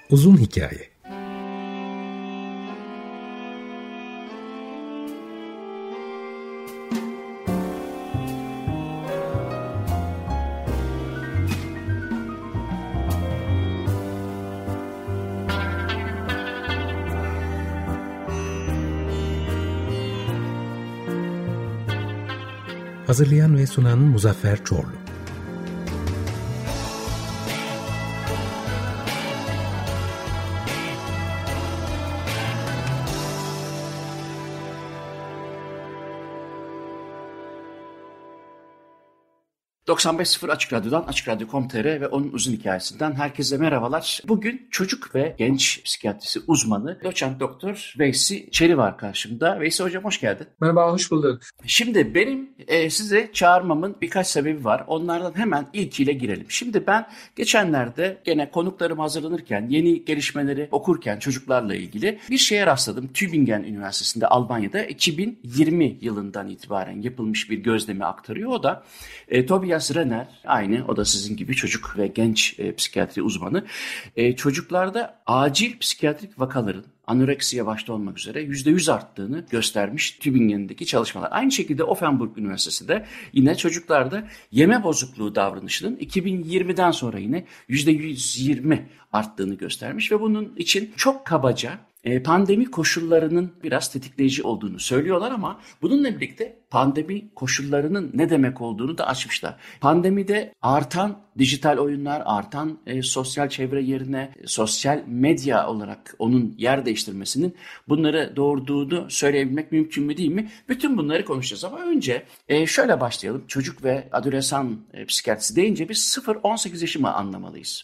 Uzun hikaye. Hazırlayan ve sunan Muzaffer Çorlu. ...95.0 Açık Radyo'dan, Açık Radyo.com.tr ve onun uzun hikayesinden herkese merhabalar. Bugün çocuk ve genç psikiyatrisi uzmanı Doçent Doktor Veysi Çeri var karşımda. Veysi Hocam hoş geldin. Merhaba, hoş bulduk. Şimdi benim size çağırmamın birkaç sebebi var. Onlardan hemen ilkiyle girelim. Şimdi ben geçenlerde gene konuklarım hazırlanırken, yeni gelişmeleri okurken çocuklarla ilgili bir şeye rastladım. Tübingen Üniversitesi'nde Almanya'da 2020 yılından itibaren yapılmış bir gözlemi aktarıyor. O da Tobias Renner, aynı o da sizin gibi çocuk ve genç psikiyatri uzmanı. Çocuklarda acil psikiyatrik vakaların anoreksiye başta olmak üzere %100 arttığını göstermiş Tübingen'deki çalışmalar. Aynı şekilde Offenburg Üniversitesi de yine çocuklarda yeme bozukluğu davranışının 2020'den sonra yine %120 arttığını göstermiş ve bunun için çok kabaca pandemi koşullarının biraz tetikleyici olduğunu söylüyorlar ama bununla birlikte pandemi koşullarının ne demek olduğunu da açmışlar. Pandemide artan dijital oyunlar, artan sosyal çevre yerine sosyal medya olarak onun yer değiştirmesinin bunları doğurduğunu söyleyebilmek mümkün mü değil mi? Bütün bunları konuşacağız ama önce şöyle başlayalım. Çocuk ve adolesan psikiyatrisi deyince biz 0-18 yaşı mı anlamalıyız?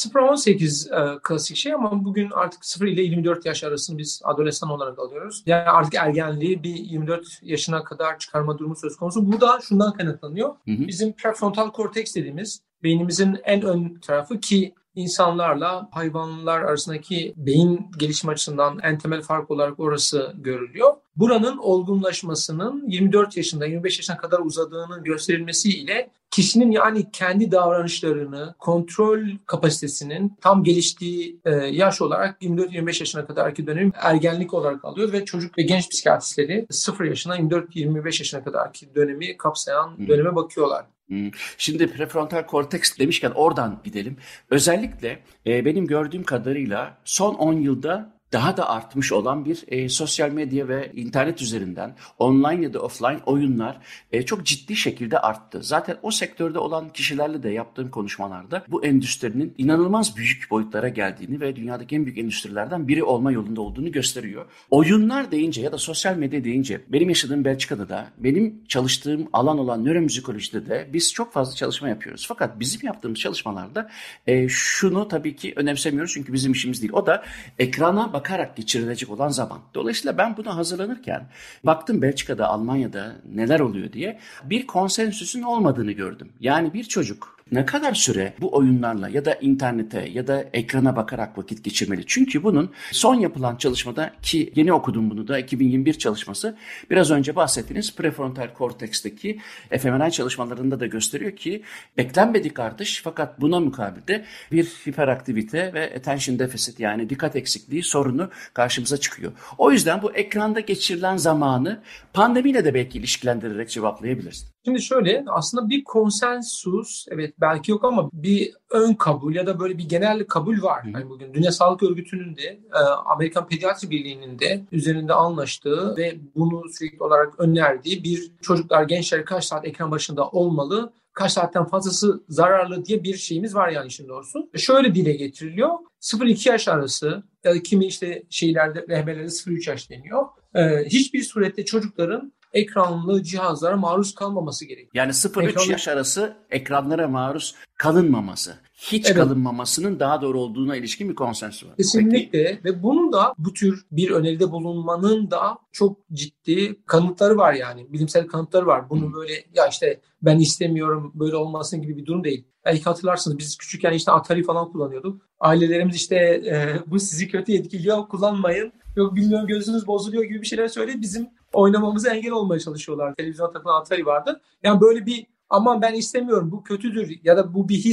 0-18 klasik şey ama bugün artık 0 ile 24 yaş arasını biz adolesan olarak alıyoruz. Yani artık ergenliği bir 24 yaşına kadar çıkarma durumu söz konusu. Bu da şundan kaynaklanıyor. Bizim prefrontal korteks dediğimiz beynimizin en ön tarafı ki insanlarla hayvanlar arasındaki beyin gelişim açısından en temel fark olarak orası görülüyor. Buranın olgunlaşmasının 24 yaşında 25 yaşına kadar uzadığının gösterilmesiyle kişinin yani kendi davranışlarını, kontrol kapasitesinin tam geliştiği yaş olarak 24-25 yaşına kadarki dönemi ergenlik olarak alıyor ve çocuk ve genç psikiyatristleri 0 yaşına 24-25 yaşına kadarki dönemi kapsayan döneme bakıyorlar. Şimdi prefrontal korteks demişken oradan gidelim. Özellikle benim gördüğüm kadarıyla son 10 yılda daha da artmış olan bir sosyal medya ve internet üzerinden online ya da offline oyunlar çok ciddi şekilde arttı. Zaten o sektörde olan kişilerle de yaptığım konuşmalarda bu endüstrinin inanılmaz büyük boyutlara geldiğini ve dünyadaki en büyük endüstrilerden biri olma yolunda olduğunu gösteriyor. Oyunlar deyince ya da sosyal medya deyince benim yaşadığım Belçika'da da benim çalıştığım alan olan nöromüzikolojide de biz çok fazla çalışma yapıyoruz. Fakat bizim yaptığımız çalışmalarda şunu tabii ki önemsemiyoruz çünkü bizim işimiz değil. O da ekrana bakarak geçirilecek olan zaman. Dolayısıyla ben buna hazırlanırken baktım Belçika'da, Almanya'da neler oluyor diye bir konsensüsün olmadığını gördüm. Yani bir çocuk ne kadar süre bu oyunlarla ya da internete ya da ekrana bakarak vakit geçirmeli? Çünkü bunun son yapılan çalışmada ki yeni okudum bunu da 2021 çalışması biraz önce bahsettiğiniz prefrontal korteksteki fMRI çalışmalarında da gösteriyor ki beklenmedik artış fakat buna mukabilde bir hiperaktivite ve attention deficit yani dikkat eksikliği sorunu karşımıza çıkıyor. O yüzden bu ekranda geçirilen zamanı pandemiyle de belki ilişkilendirerek cevaplayabilirsin. Şimdi şöyle aslında bir konsensus evet belki yok ama bir ön kabul ya da böyle bir genel kabul var. Yani bugün Dünya Sağlık Örgütü'nün de Amerikan Pediatri Birliği'nin de üzerinde anlaştığı ve bunu sürekli olarak önerdiği bir çocuklar, gençler kaç saat ekran başında olmalı, kaç saatten fazlası zararlı diye bir şeyimiz var yani işin doğrusu. Şöyle dile getiriliyor. 0-2 yaş arası ya da kimi işte şeylerde rehberlerde 0-3 yaş deniyor. Hiçbir surette çocukların ekranlı cihazlara maruz kalmaması gerekiyor. Yani 0-3 yaş arası ekranlara maruz kalınmaması, hiç kalınmamasının daha doğru olduğuna ilişkin bir konsensüs var. Kesinlikle. Peki. Ve bunun da bu tür bir öneride bulunmanın da çok ciddi kanıtları var yani. Bilimsel kanıtları var. Bunu böyle ya işte ben istemiyorum böyle olmasın gibi bir durum değil. Belki hatırlarsınız biz küçükken işte Atari falan kullanıyorduk. Ailelerimiz işte bu sizi kötü etkiliyor, kullanmayın. Yok bilmiyorum gözünüz bozuluyor gibi bir şeyler söyleyip bizim oynamamıza engel olmaya çalışıyorlar. Televizyon takılan Atari vardı. Yani böyle bir aman ben istemiyorum bu kötüdür ya da bu bir his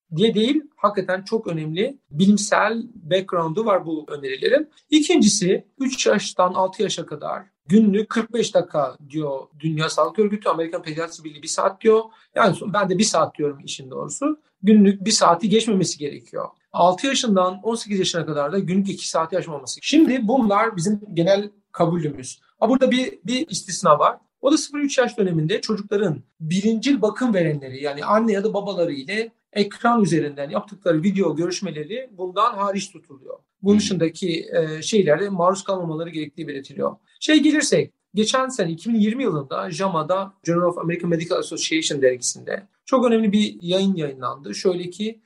diye değil, hakikaten çok önemli bilimsel background'u var bu önerilerin. İkincisi 3 yaştan 6 yaşa kadar günlük 45 dakika diyor Dünya Sağlık Örgütü, Amerikan Pediatri Birliği 1 saat diyor. Yani ben de 1 saat diyorum işin doğrusu. Günlük 1 saati geçmemesi gerekiyor. 6 yaşından 18 yaşına kadar da günlük 2 saati aşmaması. Şimdi bunlar bizim genel kabulümüz. Ama burada bir istisna var. O da 0-3 yaş döneminde çocukların birincil bakım verenleri, yani anne ya da babaları ile ekran üzerinden yaptıkları video görüşmeleri bundan hariç tutuluyor. Bunun dışındaki şeylere maruz kalmamaları gerektiği belirtiliyor. Gelirsek, geçen sene 2020 yılında JAMA'da, Journal of American Medical Association dergisinde çok önemli bir yayın yayınlandı. Şöyle ki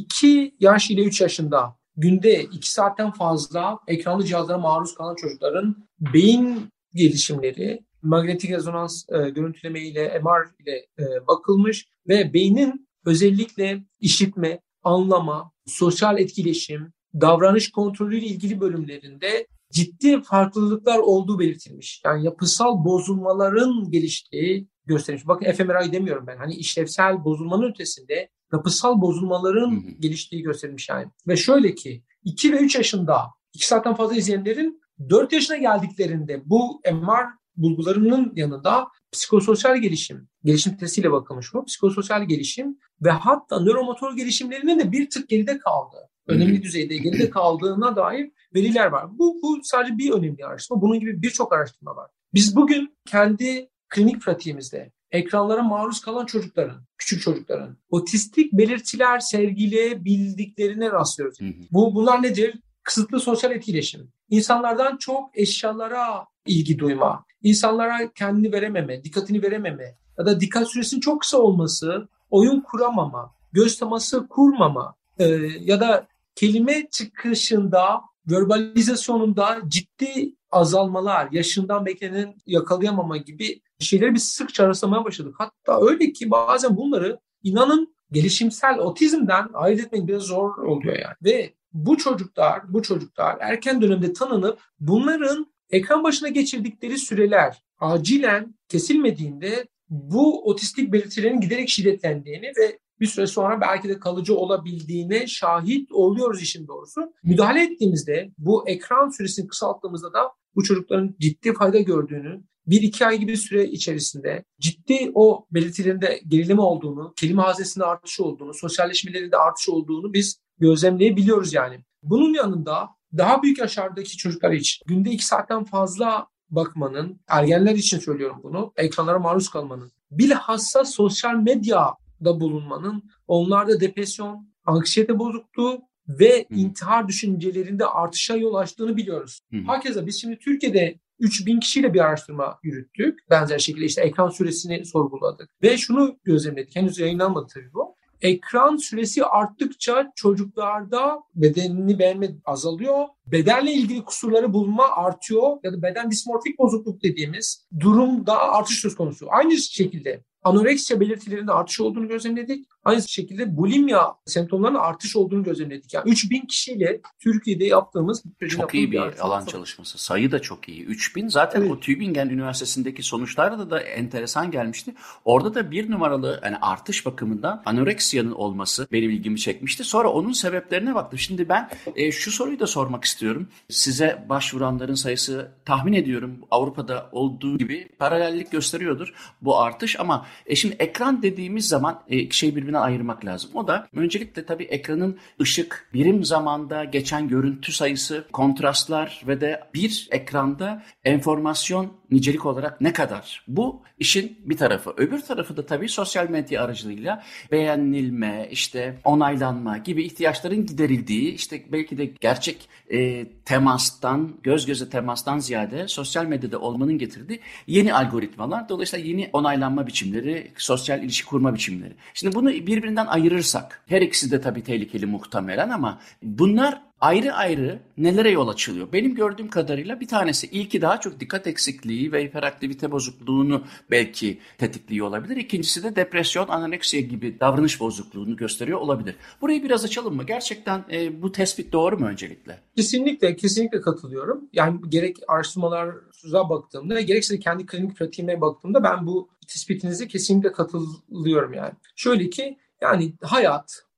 2 yaş ile 3 yaşında günde 2 saatten fazla ekranlı cihazlara maruz kalan çocukların beyin gelişimleri manyetik rezonans görüntüleme ile MR ile bakılmış ve beynin özellikle işitme, anlama, sosyal etkileşim, davranış kontrolü ile ilgili bölümlerinde ciddi farklılıklar olduğu belirtilmiş. Yani yapısal bozulmaların geliştiği gösterilmiş. Bakın fMRI demiyorum ben. Hani işlevsel bozulmanın ötesinde yapısal bozulmaların geliştiği gösterilmiş yani. Ve şöyle ki 2 ve 3 yaşında 2 saatten fazla izleyenlerin 4 yaşına geldiklerinde bu MR bulgularının yanında psikososyal gelişim testiyle bakılmış bu. Psikososyal gelişim ve hatta nöromotor gelişimlerinin de bir tık geride kaldığı, önemli düzeyde geride kaldığına dair veriler var. Bu sadece bir önemli araştırma. Bunun gibi birçok araştırma var. Biz bugün kendi klinik pratiğimizde ekranlara maruz kalan çocukların, küçük çocukların otistik belirtiler sergileyebildiklerine rastlıyoruz. Bunlar nedir? Kısıtlı sosyal etkileşim, insanlardan çok eşyalara ilgi duyma, insanlara kendini verememe, dikkatini verememe ya da dikkat süresinin çok kısa olması, oyun kuramama, göz teması kurmama ya da kelime çıkışında, verbalizasyonunda ciddi azalmalar, yaşından beklenen yakalayamama gibi şeyleri biz sıkça rastlamaya başladık. Hatta öyle ki bazen bunları inanın gelişimsel otizmden ayırt etmek biraz zor oluyor yani. Ve bu çocuklar erken dönemde tanınıp bunların ekran başına geçirdikleri süreler acilen kesilmediğinde bu otistik belirtilerin giderek şiddetlendiğini ve bir süre sonra belki de kalıcı olabildiğine şahit oluyoruz işin doğrusu. Müdahale ettiğimizde bu ekran süresini kısalttığımızda da bu çocukların ciddi fayda gördüğünü, 1-2 ay gibi süre içerisinde ciddi o belirtilerinde gerileme olduğunu, kelime hazinesinde artış olduğunu, sosyalleşmelerinde artış olduğunu biz gözlemleyebiliyoruz yani. Bunun yanında daha büyük yaşlardaki çocuklar için günde 2 saatten fazla bakmanın, ergenler için söylüyorum bunu, ekranlara maruz kalmanın, bilhassa sosyal medyada bulunmanın onlarda depresyon, anksiyete bozukluğu ve intihar düşüncelerinde artışa yol açtığını biliyoruz. Hakeza biz şimdi Türkiye'de 3000 kişiyle bir araştırma yürüttük. Benzer şekilde işte ekran süresini sorguladık. Ve şunu gözlemledik. Henüz yayınlanmadı tabii bu. Ekran süresi arttıkça çocuklarda bedenini beğenme azalıyor. Bedenle ilgili kusurları bulma artıyor. Ya da beden dismorfik bozukluk dediğimiz durumda artış söz konusu. Aynı şekilde anoreksiya belirtilerinde artış olduğunu gözlemledik. Aynı şekilde bulimya semptomlarının artış olduğunu gözlemledik. Yani 3000 kişiyle Türkiye'de yaptığımız çok iyi bir alan çalışması. Sayı da çok iyi. 3000 zaten evet. O Tübingen Üniversitesi'ndeki sonuçlarda da enteresan gelmişti. Orada da bir numaralı yani artış bakımından anoreksiyanın olması benim ilgimi çekmişti. Sonra onun sebeplerine baktım. Şimdi ben şu soruyu da sormak istiyorum. Size başvuranların sayısı tahmin ediyorum Avrupa'da olduğu gibi paralellik gösteriyordur bu artış ama şimdi ekran dediğimiz zaman birbirinden ayırmak lazım. O da öncelikle tabii ekranın ışık, birim zamanda geçen görüntü sayısı, kontrastlar ve de bir ekranda enformasyon nicelik olarak ne kadar? Bu işin bir tarafı. Öbür tarafı da tabii sosyal medya aracılığıyla beğenilme, işte onaylanma gibi ihtiyaçların giderildiği, işte belki de gerçek temastan, göz göze temastan ziyade sosyal medyada olmanın getirdiği yeni algoritmalar. Dolayısıyla yeni onaylanma biçimleri, sosyal ilişki kurma biçimleri. Şimdi bunu birbirinden ayırırsak, her ikisi de tabii tehlikeli muhtemelen ama bunlar ayrı ayrı nelere yol açılıyor? Benim gördüğüm kadarıyla bir tanesi ilki daha çok dikkat eksikliği ve hiperaktivite bozukluğunu belki tetikliyor olabilir. İkincisi de depresyon, anoreksiya gibi davranış bozukluğunu gösteriyor olabilir. Burayı biraz açalım mı? Gerçekten bu tespit doğru mu öncelikle? Kesinlikle katılıyorum. Yani gerek araştırmalara baktığımda gerekse de kendi klinik pratiğime baktığımda ben bu tespitinize kesinlikle katılıyorum yani. Şöyle ki yani hayat,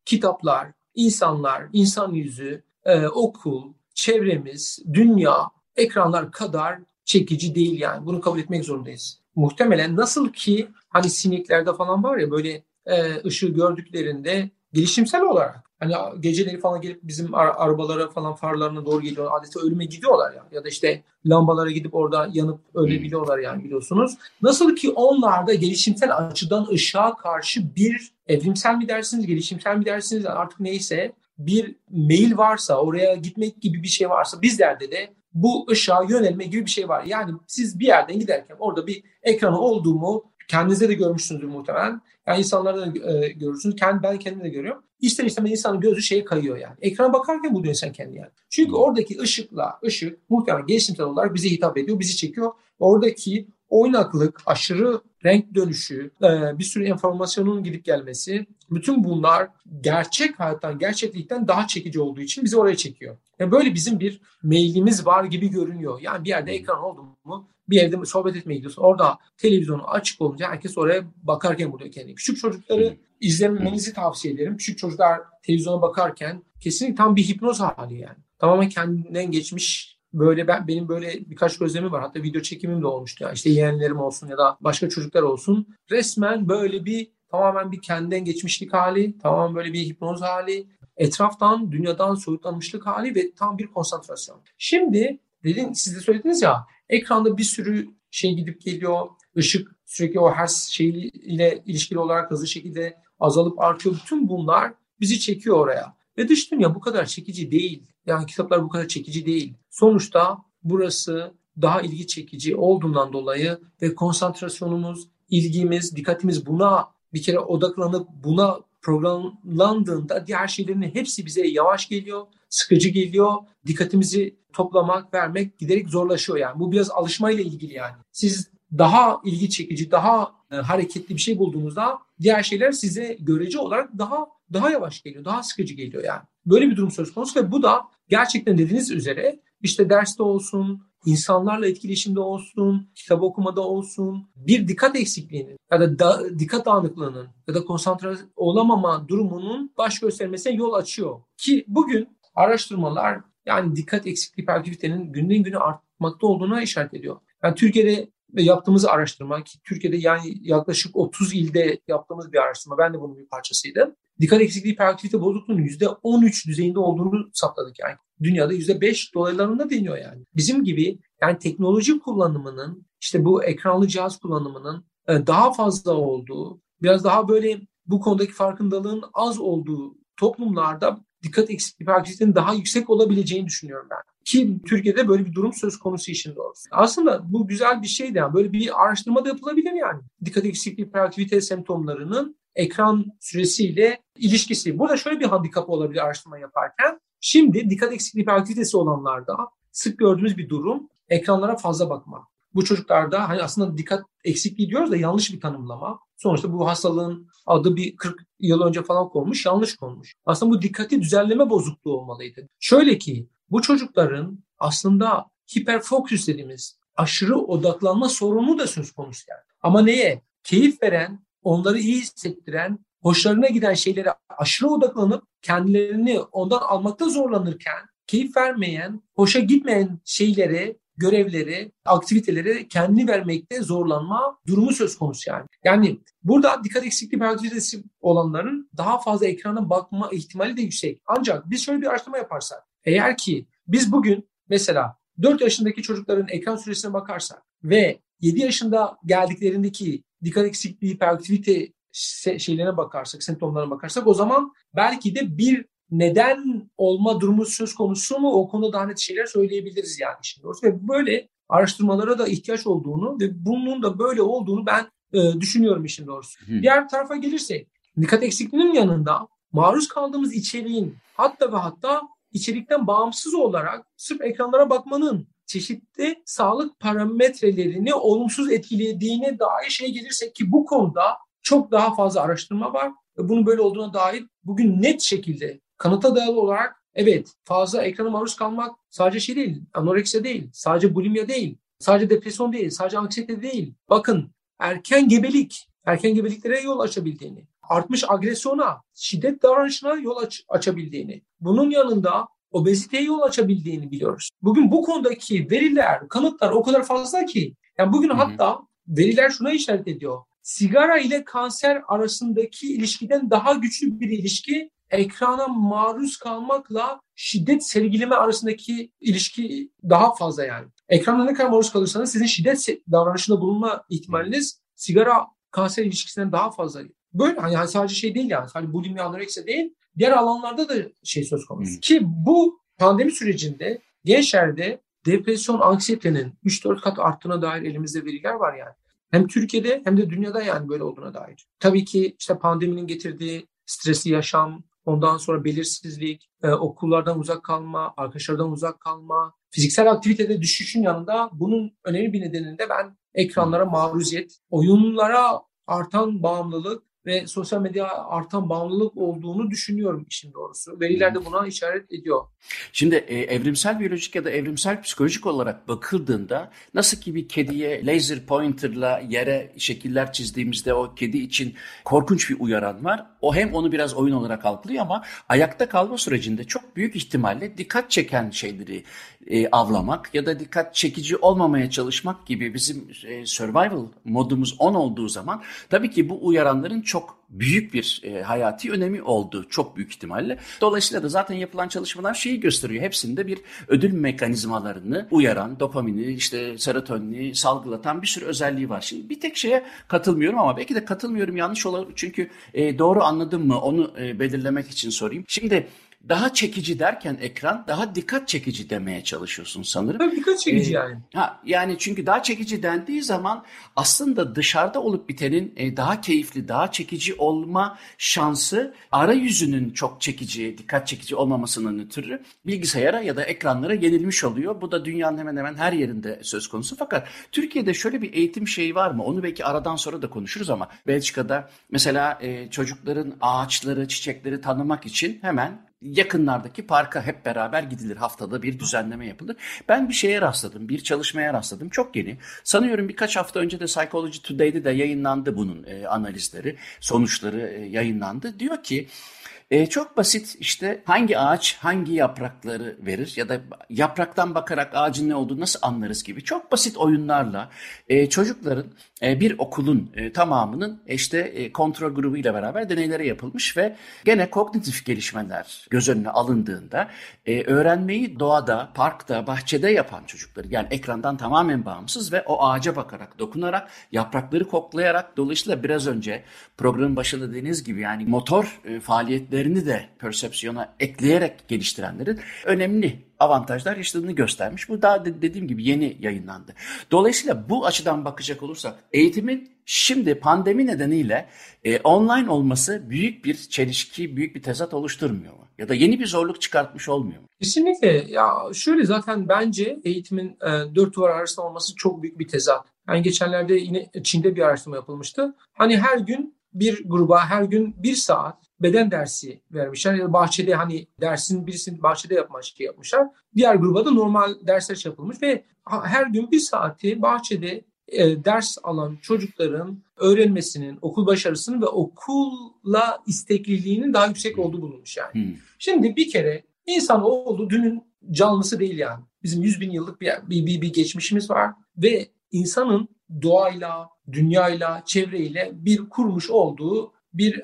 kitaplar, insanlar, insan yüzü, okul, çevremiz, dünya, ekranlar kadar çekici değil yani. Bunu kabul etmek zorundayız. Muhtemelen nasıl ki hani sineklerde falan var ya böyle ışığı gördüklerinde gelişimsel olarak hani geceleri falan gelip bizim arabalara falan farlarına doğru geliyor. Adeta ölüme gidiyorlar ya. Ya da işte lambalara gidip orada yanıp ölebiliyorlar yani biliyorsunuz. Nasıl ki onlar da gelişimsel açıdan ışığa karşı bir evrimsel mi dersiniz, gelişimsel mi dersiniz artık neyse bir meyil varsa, oraya gitmek gibi bir şey varsa bizlerde de bu ışığa yönelme gibi bir şey var. Yani siz bir yerden giderken orada bir ekranı olduğumu kendinizde de görmüşsünüzdür muhtemelen. Yani insanlarda da görürsünüz. Ben kendimde de görüyorum. İster istemez insanın gözü şeye kayıyor yani. Ekrana bakarken buluyor sen kendini yani. Çünkü oradaki ışık muhtemelen gelişimsel olarak bize hitap ediyor, bizi çekiyor. Oradaki oynaklık, aşırı renk dönüşü, bir sürü enformasyonun gidip gelmesi, bütün bunlar gerçek hayattan, gerçeklikten daha çekici olduğu için bizi oraya çekiyor. Yani böyle bizim bir meylimiz var gibi görünüyor. Yani bir yerde ekran oldu mu, bir evde sohbet etmeye gidiyorsun. Orada televizyonu açık olunca herkes oraya bakarken buluyor kendini. Küçük çocukları izlemenizi tavsiye ederim. Küçük çocuklar televizyona bakarken kesinlikle tam bir hipnoz hali yani. Tamamen kendinden geçmiş. Böyle benim böyle birkaç gözlemim var. Hatta video çekimim de olmuştu. Yani işte yeğenlerim olsun ya da başka çocuklar olsun. Resmen böyle bir tamamen bir kendinden geçmişlik hali, tamamen böyle bir hipnoz hali, etraftan, dünyadan soyutlanmışlık hali ve tam bir konsantrasyon. Şimdi siz de söylediniz ya, ekranda bir sürü şey gidip geliyor. Işık sürekli o her şeyle ilişkili olarak hızlı şekilde azalıp artıyor. Bütün bunlar bizi çekiyor oraya. Ve dış dünya bu kadar çekici değil. Yani kitaplar bu kadar çekici değil. Sonuçta burası daha ilgi çekici olduğundan dolayı ve konsantrasyonumuz, ilgimiz, dikkatimiz buna bir kere odaklanıp buna programlandığında diğer şeylerin hepsi bize yavaş geliyor, sıkıcı geliyor. Dikkatimizi toplamak, vermek giderek zorlaşıyor yani. Bu biraz alışmayla ilgili yani. Siz daha ilgi çekici, daha hareketli bir şey bulduğunuzda diğer şeyler size görece olarak daha yavaş geliyor, daha sıkıcı geliyor yani. Böyle bir durum söz konusu ve bu da gerçekten dediğiniz üzere işte derste olsun, insanlarla etkileşimde olsun, kitap okumada olsun, bir dikkat eksikliğinin ya da dikkat dağınıklığının ya da konsantre olamama durumunun baş göstermesine yol açıyor. Ki bugün araştırmalar yani dikkat eksikliği hiperaktivitenin günden güne artmakta olduğuna işaret ediyor. Yani Türkiye'de yaptığımız araştırma ki Türkiye'de yani yaklaşık 30 ilde yaptığımız bir araştırma. Ben de bunun bir parçasıydım. Dikkat eksikliği hiperaktivite bozukluğunun %13 düzeyinde olduğunu saptadık yani. Dünyada %5 dolaylarında deniyor yani. Bizim gibi yani teknoloji kullanımının işte bu ekranlı cihaz kullanımının daha fazla olduğu, biraz daha böyle bu konudaki farkındalığın az olduğu toplumlarda dikkat eksikliği hiperaktivitenin daha yüksek olabileceğini düşünüyorum ben. Ki Türkiye'de böyle bir durum söz konusu işin doğrusu. Aslında bu güzel bir şey de yani böyle bir araştırma da yapılabilir yani. Dikkat eksikliği hiperaktivite semptomlarının ekran süresiyle ilişkisi. Burada şöyle bir handikap olabilir araştırma yaparken. Şimdi dikkat eksikliği hiperaktivitesi olanlarda sık gördüğümüz bir durum ekranlara fazla bakma. Bu çocuklarda hani aslında dikkat eksikliği diyoruz da yanlış bir tanımlama. Sonuçta bu hastalığın adı bir 40 yıl önce falan konmuş, yanlış konmuş. Aslında bu dikkati düzenleme bozukluğu olmalıydı. Şöyle ki bu çocukların aslında hiperfokus dediğimiz aşırı odaklanma sorunu da söz konusu yani. Ama neye? Keyif veren, onları iyi hissettiren, hoşlarına giden şeylere aşırı odaklanıp kendilerini ondan almakta zorlanırken keyif vermeyen, hoşa gitmeyen şeylere, görevleri, aktiviteleri kendini vermekte zorlanma durumu söz konusu yani. Yani burada dikkat eksikliği hiperaktivitesi olanların daha fazla ekrana bakma ihtimali de yüksek. Ancak biz şöyle bir araştırma yaparsak, eğer ki biz bugün mesela 4 yaşındaki çocukların ekran süresine bakarsak ve 7 yaşında geldiklerindeki dikkat eksikliği hiperaktivite şeylerine bakarsak, semptomlarına bakarsak o zaman belki de bir neden olma durumu söz konusu mu o konuda daha net şeyler söyleyebiliriz yani şimdi. Ve böyle araştırmalara da ihtiyaç olduğunu ve bunun da böyle olduğunu ben düşünüyorum işin doğrusu. Diğer tarafa gelirsek dikkat eksikliğinin yanında maruz kaldığımız içeriğin hatta içerikten bağımsız olarak sırf ekranlara bakmanın çeşitli sağlık parametrelerini olumsuz etkilediğine dair şey gelirsek ki bu konuda çok daha fazla araştırma var ve bunun böyle olduğuna dair bugün net şekilde kanıta dayalı olarak evet fazla ekrana maruz kalmak sadece şey değil, anoreksiya değil, sadece bulimya değil, sadece depresyon değil, sadece anksiyete değil. Bakın erken gebeliklere yol açabildiğini, artmış agresyona, şiddet davranışına yol açabildiğini, bunun yanında obeziteye yol açabildiğini biliyoruz. Bugün bu konudaki veriler, kanıtlar o kadar fazla ki, yani bugün hatta veriler şuna işaret ediyor. Sigara ile kanser arasındaki ilişkiden daha güçlü bir ilişki, ekrana maruz kalmakla şiddet sergileme arasındaki ilişki daha fazla yani. Ekrana ne kadar maruz kalırsanız sizin şiddet davranışında bulunma ihtimaliniz sigara kanser ilişkisinden daha fazla. Böyle yani sadece şey değil yani, sadece bulimi, anoreksiya değil, diğer alanlarda da söz konusu. Ki bu pandemi sürecinde gençlerde depresyon, anksiyetenin 3-4 kat arttığına dair elimizde veriler var yani. Hem Türkiye'de hem de dünyada yani böyle olduğuna dair. Tabii ki işte pandeminin getirdiği stresli yaşam, ondan sonra belirsizlik, okullardan uzak kalma, arkadaşlardan uzak kalma, fiziksel aktivitede düşüşün yanında bunun önemli bir nedeninde ben ekranlara maruziyet, oyunlara artan bağımlılık ve sosyal medyaya artan bağımlılık olduğunu düşünüyorum işin doğrusu. Veriler de buna işaret ediyor. Şimdi evrimsel biyolojik ya da evrimsel psikolojik olarak bakıldığında nasıl ki bir kediye laser pointerla yere şekiller çizdiğimizde o kedi için korkunç bir uyaran var. O hem onu biraz oyun olarak algılıyor ama ayakta kalma sürecinde çok büyük ihtimalle dikkat çeken şeyleri avlamak ya da dikkat çekici olmamaya çalışmak gibi bizim survival modumuz on olduğu zaman tabii ki bu uyaranların çok büyük bir hayati önemi olduğu çok büyük ihtimalle. Dolayısıyla da zaten yapılan çalışmalar şeyi gösteriyor. Hepsinde bir ödül mekanizmalarını uyaran, dopamini, işte serotonini salgılatan bir sürü özelliği var. Şimdi bir tek şeye katılmıyorum ama belki de katılmıyorum yanlış olabilir. Çünkü doğru anladım mı onu belirlemek için sorayım. Şimdi daha çekici derken ekran daha dikkat çekici demeye çalışıyorsun sanırım. Tabii dikkat çekici yani. Yani çünkü daha çekici dendiği zaman aslında dışarıda olup bitenin daha keyifli, daha çekici olma şansı arayüzünün çok çekici, dikkat çekici olmamasının ötürü bilgisayara ya da ekranlara yenilmiş oluyor. Bu da dünyanın hemen hemen her yerinde söz konusu. Fakat Türkiye'de şöyle bir eğitim şeyi var mı? Onu belki aradan sonra da konuşuruz ama Belçika'da mesela çocukların ağaçları, çiçekleri tanımak için hemen yakınlardaki parka hep beraber gidilir. Haftada bir düzenleme yapılır. Ben bir şeye rastladım, bir çalışmaya rastladım. Çok yeni. Sanıyorum birkaç hafta önce de Psychology Today'de de yayınlandı bunun analizleri, sonuçları yayınlandı. Diyor ki çok basit işte hangi ağaç hangi yaprakları verir ya da yapraktan bakarak ağacın ne olduğunu nasıl anlarız gibi çok basit oyunlarla çocukların bir okulun tamamının işte kontrol grubuyla beraber deneylere yapılmış ve gene kognitif gelişmeler göz önüne alındığında öğrenmeyi doğada, parkta, bahçede yapan çocukları yani ekrandan tamamen bağımsız ve o ağaca bakarak, dokunarak, yaprakları koklayarak dolayısıyla biraz önce programın başında dediğiniz gibi yani motor faaliyetlerini de persepsiyona ekleyerek geliştirenlerin önemli avantajlar yaşadığını göstermiş. Bu daha dediğim gibi yeni yayınlandı. Dolayısıyla bu açıdan bakacak olursak eğitimin şimdi pandemi nedeniyle online olması büyük bir çelişki, büyük bir tezat oluşturmuyor mu? Ya da yeni bir zorluk çıkartmış olmuyor mu? Kesinlikle. Ya şöyle zaten bence eğitimin dört duvar arasında olması çok büyük bir tezat. Yani geçenlerde yine Çin'de bir araştırma yapılmıştı. Hani her gün bir gruba her gün 1 saat beden dersi vermişler. Ya da bahçede hani dersin birisini bahçede yapmışlar. Diğer gruba da normal dersler yapılmış ve her gün 1 saati bahçede ders alan çocukların öğrenmesinin, okul başarısının ve okulla istekliliğinin daha yüksek olduğu bulunmuş yani. Şimdi bir kere insanoğlu dünün canlısı değil yani. Bizim 100 bin yıllık bir geçmişimiz var ve insanın doğayla, dünyayla, çevreyle bir kurmuş olduğu bir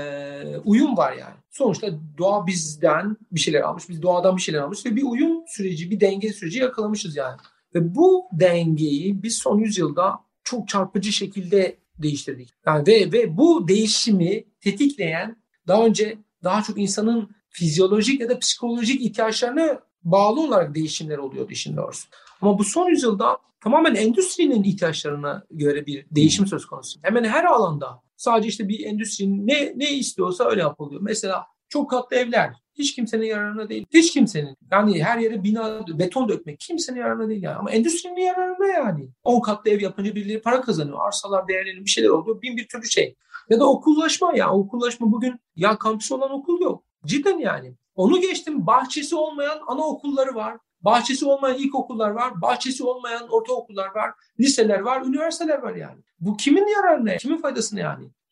uyum var yani. Sonuçta doğa bizden bir şeyler almış, biz doğadan bir şeyler almış ve bir uyum süreci, bir denge süreci yakalamışız yani. Ve bu dengeyi biz son yüzyılda çok çarpıcı şekilde değiştirdik. Yani ve bu değişimi tetikleyen daha önce daha çok insanın fizyolojik ya da psikolojik ihtiyaçlarına bağlı olarak değişimler oluyordu işin doğrusu. Ama bu son yüzyılda tamamen endüstrinin ihtiyaçlarına göre bir değişim söz konusu. Hemen her alanda sadece işte bir endüstrinin ne istiyorsa öyle yapılıyor. Mesela çok katlı evler hiç kimsenin yararına değil. Hiç kimsenin. Yani her yere bina, beton dökmek kimsenin yararına değil yani. Ama endüstrinin yararına yani. 10 katlı ev yapınca birileri para kazanıyor. Arsalar değerleniyor, bir şeyler oluyor. Bin bir türlü şey. Ya da okullaşma ya. Okullaşma bugün ya kampüsü olan okul yok. Cidden yani. Onu geçtim. Bahçesi olmayan anaokulları var. Bahçesi olmayan ilkokullar var. Bahçesi olmayan ortaokullar var. Liseler var. Üniversiteler var yani. Bu kimin yararına? Kimin faydasına yani?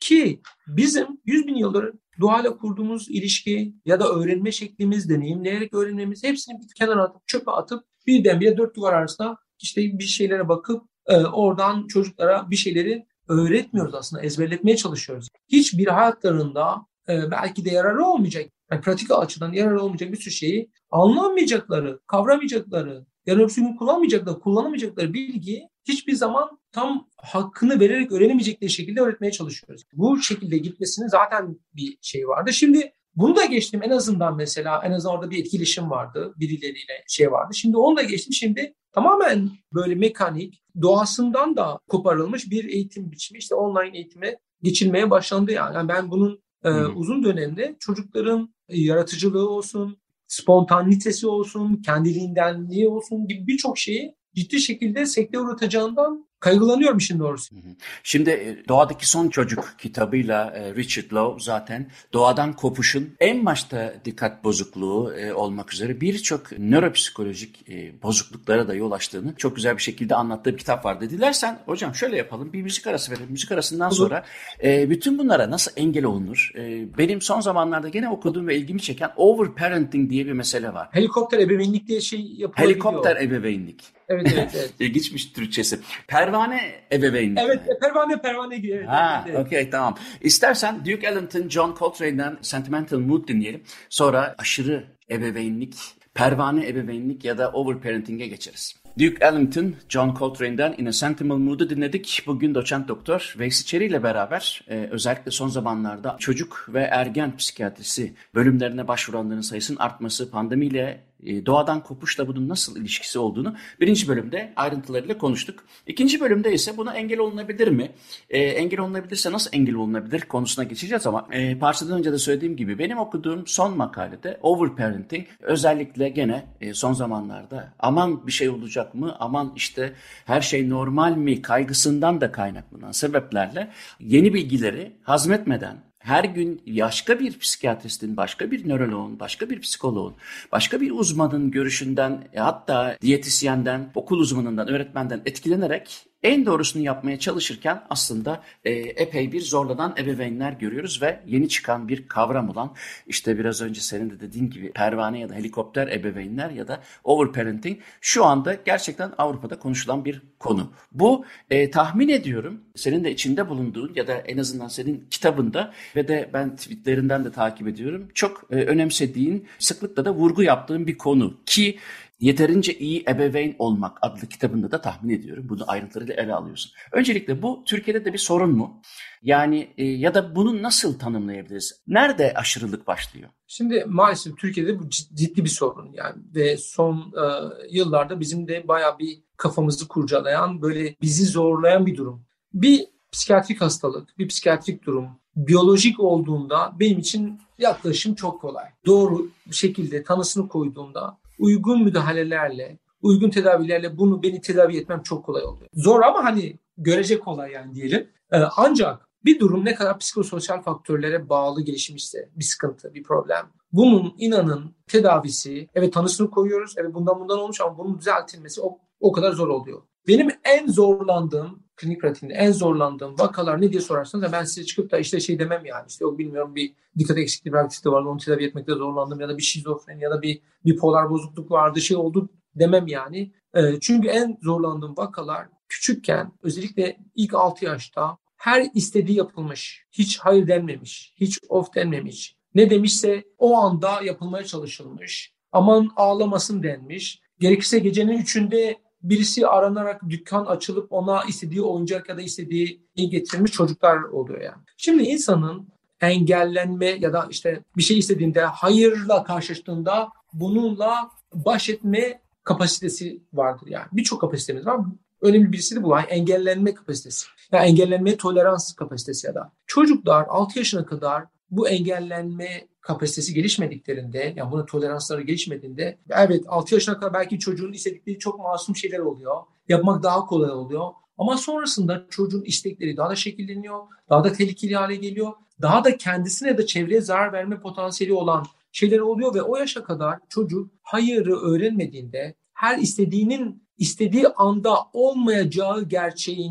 Ki bizim 100 bin yıldır doğayla kurduğumuz ilişki ya da öğrenme şeklimiz, deneyimleyerek öğrenmemiz hepsini bir kenara atıp çöpe atıp birdenbire dört duvar arasında işte bir şeylere bakıp oradan çocuklara bir şeyleri öğretmiyoruz aslında, ezberletmeye çalışıyoruz. Hiçbir hayatlarında belki de yararı olmayacak, yani pratik açıdan yararı olmayacak bir sürü şeyi anlamayacakları, kavramayacakları, yarın öbür gün kullanamayacakları bilgi hiçbir zaman tam hakkını vererek öğrenemeyecekleri şekilde öğretmeye çalışıyoruz. Bu şekilde gitmesinin zaten bir şey vardı. Şimdi bunu da geçtim, en azından mesela en azından orada bir etkileşim vardı. Birileriyle vardı. Şimdi onu da geçtim. Şimdi tamamen böyle mekanik, doğasından da koparılmış bir eğitim biçimi. İşte online eğitime geçilmeye başlandı yani. Yani ben bunun uzun dönemde çocukların yaratıcılığı olsun, spontanitesi olsun, kendiliğindenliği olsun gibi birçok şeyi ciddi şekilde sekteye uğratacağından kaygılanıyorum işin doğrusu. Şimdi Doğadaki Son Çocuk kitabıyla Richard Louv zaten doğadan kopuşun en başta dikkat bozukluğu olmak üzere birçok nöropsikolojik bozukluklara da yol açtığını çok güzel bir şekilde anlattığı bir kitap var. Dilersen hocam şöyle yapalım, bir müzik arası verelim. Müzik arasından sonra bütün bunlara nasıl engel olunur? Benim son zamanlarda gene okuduğum ve ilgimi çeken overparenting diye bir mesele var. Helikopter ebeveynlik diye şey yapılabiliyor. Helikopter ebeveynlik. Evet. İlginçmiş Türkçesi. Pervane ebeveynlik. Evet, pervane gibi. Evet, evet. Okey, tamam. İstersen Duke Ellington, John Coltrane'den Sentimental Mood dinleyelim. Sonra aşırı ebeveynlik, pervane ebeveynlik ya da overparenting'e geçeriz. Duke Ellington, John Coltrane'den In a Sentimental Mood'u dinledik. Bugün doçent doktor Veysi Çeri ile beraber özellikle son zamanlarda çocuk ve ergen psikiyatrisi bölümlerine başvuranların sayısının artması, pandemiyle doğadan kopuşla bunun nasıl ilişkisi olduğunu birinci bölümde ayrıntılarıyla konuştuk. İkinci bölümde ise buna engel olunabilir mi? Engel olunabilirse nasıl engel olunabilir konusuna geçeceğiz ama parçadan önce de söylediğim gibi benim okuduğum son makalede overparenting özellikle gene son zamanlarda aman bir şey olacak mı, aman işte her şey normal mi kaygısından da kaynaklanan sebeplerle yeni bilgileri hazmetmeden her gün başka bir psikiyatristin, başka bir nöroloğun, başka bir psikoloğun, başka bir uzmanın görüşünden, hatta diyetisyenden, okul uzmanından, öğretmenden etkilenerek en doğrusunu yapmaya çalışırken aslında epey bir zorlanan ebeveynler görüyoruz ve yeni çıkan bir kavram olan işte biraz önce senin de dediğin gibi pervane ya da helikopter ebeveynler ya da overparenting şu anda gerçekten Avrupa'da konuşulan bir konu. Bu tahmin ediyorum senin de içinde bulunduğun ya da en azından senin kitabında ve de ben tweetlerinden de takip ediyorum çok önemsediğin, sıklıkla da vurgu yaptığın bir konu ki Yeterince iyi ebeveyn olmak adlı kitabında da tahmin ediyorum. Bunu ayrıntılarıyla ele alıyorsun. Öncelikle bu Türkiye'de de bir sorun mu? Yani ya da bunu nasıl tanımlayabiliriz? Nerede aşırılık başlıyor? Şimdi maalesef Türkiye'de bu ciddi bir sorun yani ve son yıllarda bizim de bayağı bir kafamızı kurcalayan, böyle bizi zorlayan bir durum. Bir psikiyatrik hastalık, bir psikiyatrik durum biyolojik olduğunda benim için yaklaşım çok kolay. Doğru şekilde tanısını koyduğumda uygun müdahalelerle, uygun tedavilerle beni tedavi etmem çok kolay oluyor. Zor ama hani görece kolay yani diyelim. Ancak bir durum ne kadar psikososyal faktörlere bağlı gelişmişse bir sıkıntı, bir problem. Bunun inanın tedavisi, evet tanısını koyuyoruz, evet bundan olmuş ama bunun düzeltilmesi o kadar zor oluyor. Benim en zorlandığım, klinik pratiğimde en zorlandığım vakalar ne diye sorarsanız ben size çıkıp da işte şey demem yani. İşte o bilmiyorum bir dikkat eksikliği belki de vardı, onu tedavi etmekte zorlandım ya da bir şizofreni ya da bir bipolar bozukluk vardı, şey oldu demem yani. Çünkü en zorlandığım vakalar küçükken, özellikle ilk 6 yaşta her istediği yapılmış, hiç hayır denmemiş, hiç of denmemiş. Ne demişse o anda yapılmaya çalışılmış. Aman ağlamasın denmiş. Gerekirse gecenin 3'ünde birisi aranarak dükkan açılıp ona istediği oyuncak ya da istediği getirmiş çocuklar oluyor yani. Şimdi insanın engellenme ya da işte bir şey istediğinde hayırla karşılaştığında bununla baş etme kapasitesi vardır yani. Birçok kapasitemiz var. Önemli birisi de bu. Yani engellenme kapasitesi. Yani engellenmeye tolerans kapasitesi ya da. Çocuklar 6 yaşına kadar bu engellenme kapasitesi gelişmediklerinde, yani buna toleransları gelişmediğinde, evet 6 yaşına kadar belki çocuğun istedikleri çok masum şeyler oluyor. Yapmak daha kolay oluyor. Ama sonrasında çocuğun istekleri daha da şekilleniyor. Daha da tehlikeli hale geliyor. Daha da kendisine ya da çevreye zarar verme potansiyeli olan şeyler oluyor ve o yaşa kadar çocuk hayırı öğrenmediğinde her istediği anda olmayacağı gerçeğini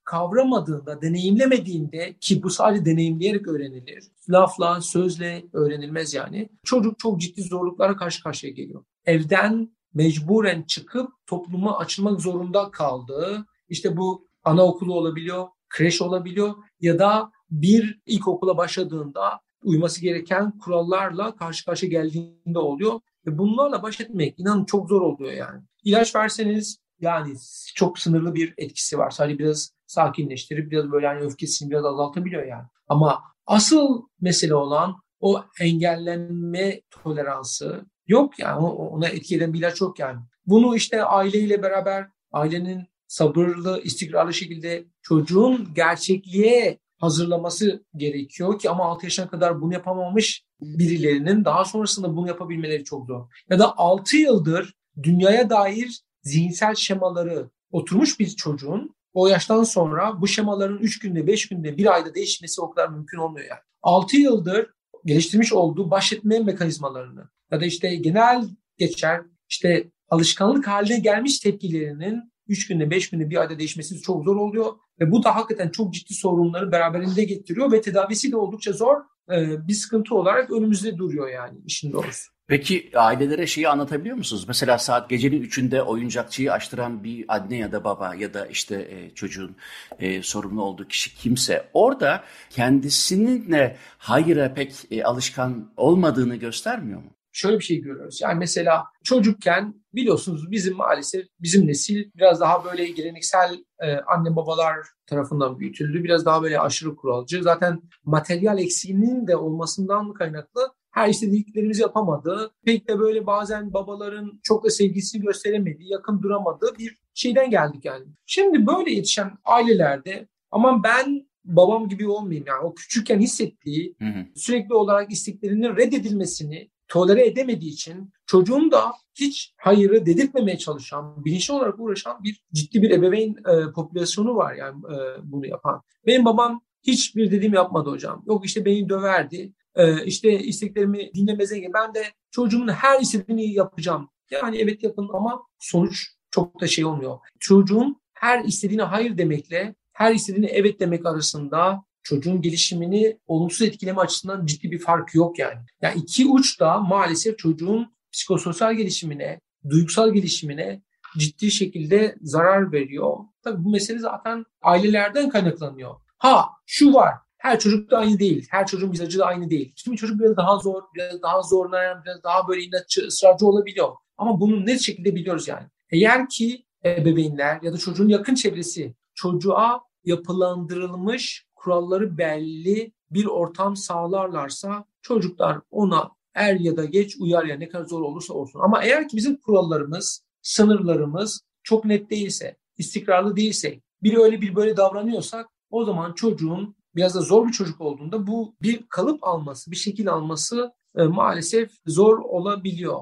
kavramadığında, deneyimlemediğinde, ki bu sadece deneyimleyerek öğrenilir. Lafla, sözle öğrenilmez yani. Çocuk çok ciddi zorluklara karşı karşıya geliyor. Evden mecburen çıkıp topluma açılmak zorunda kaldığı, işte bu anaokulu olabiliyor, kreş olabiliyor ya da bir ilkokula başladığında uyması gereken kurallarla karşı karşıya geldiğinde oluyor. Ve bunlarla baş etmek inanın çok zor oluyor yani. İlaç verseniz yani çok sınırlı bir etkisi var. Sadece biraz sakinleştirip biraz böyle hani öfkesini biraz azaltabiliyor yani. Ama asıl mesele olan o engellenme toleransı yok yani. Ona etki eden bir ilaç yok yani. Bunu işte aileyle beraber, ailenin sabırlı, istikrarlı şekilde çocuğun gerçekliğe hazırlaması gerekiyor ki ama 6 yaşına kadar bunu yapamamış birilerinin daha sonrasında bunu yapabilmeleri çok zor. Ya da 6 yıldır dünyaya dair zihinsel şemaları oturmuş bir çocuğun o yaştan sonra bu şemaların 3 günde, 5 günde, 1 ayda değişmesi o kadar mümkün olmuyor yani. 6 yıldır geliştirmiş olduğu baş etme mekanizmalarını ya da işte genel geçer işte alışkanlık haline gelmiş tepkilerinin 3 günde, 5 günde, 1 ayda değişmesi çok zor oluyor. Ve bu da hakikaten çok ciddi sorunları beraberinde getiriyor ve tedavisi de oldukça zor bir sıkıntı olarak önümüzde duruyor yani işin doğrusu. Peki ailelere şeyi anlatabiliyor musunuz? Mesela saat gecenin 3'ünde oyuncakçıyı açtıran bir anne ya da baba ya da işte çocuğun sorumlu olduğu kişi kimse orada kendisininle hayıra pek alışkan olmadığını göstermiyor mu? Şöyle bir şey görüyoruz. Yani mesela çocukken biliyorsunuz maalesef bizim nesil biraz daha böyle geleneksel anne babalar tarafından büyütüldü. Biraz daha böyle aşırı kuralcı. Zaten materyal eksiğinin de olmasından kaynaklı her istediklerimizi yapamadı. Pek de böyle bazen babaların çok da sevgisini gösteremediği, yakın duramadığı bir şeyden geldik yani. Şimdi böyle yetişen ailelerde aman ben babam gibi olmayayım yani o küçükken hissettiği sürekli olarak isteklerinin reddedilmesini tolere edemediği için çocuğun da hiç hayırı dedirtmemeye çalışan, bilinçli olarak uğraşan ciddi bir ebeveyn popülasyonu var yani bunu yapan. Benim babam hiçbir dediğim yapmadı hocam. Yok işte beni döverdi. İşte isteklerimi dinlemeze gibi. Ben de çocuğumun her istediğini yapacağım. Yani evet yapın ama sonuç çok da şey olmuyor. Çocuğun her istediğine hayır demekle her istediğine evet demek arasında çocuğun gelişimini olumsuz etkileme açısından ciddi bir fark yok yani. Yani iki uç da maalesef çocuğun psikososyal gelişimine, duygusal gelişimine ciddi şekilde zarar veriyor. Tabii bu mesele zaten ailelerden kaynaklanıyor. Şu var. Her çocuk da aynı değil. Her çocuğun mizacı da aynı değil. Kimi çocuk biraz daha zor, biraz daha zorlayan, biraz daha böyle inatçı, ısrarcı olabiliyor. Ama bunu net şekilde biliyoruz yani. Eğer ki ebeveynler ya da çocuğun yakın çevresi çocuğa yapılandırılmış, kuralları belli bir ortam sağlarlarsa çocuklar ona er ya da geç uyar ya ne kadar zor olursa olsun. Ama eğer ki bizim kurallarımız, sınırlarımız çok net değilse, istikrarlı değilse, biri öyle bir böyle davranıyorsak o zaman çocuğun biraz da zor bir çocuk olduğunda bu bir kalıp alması, bir şekil alması maalesef zor olabiliyor.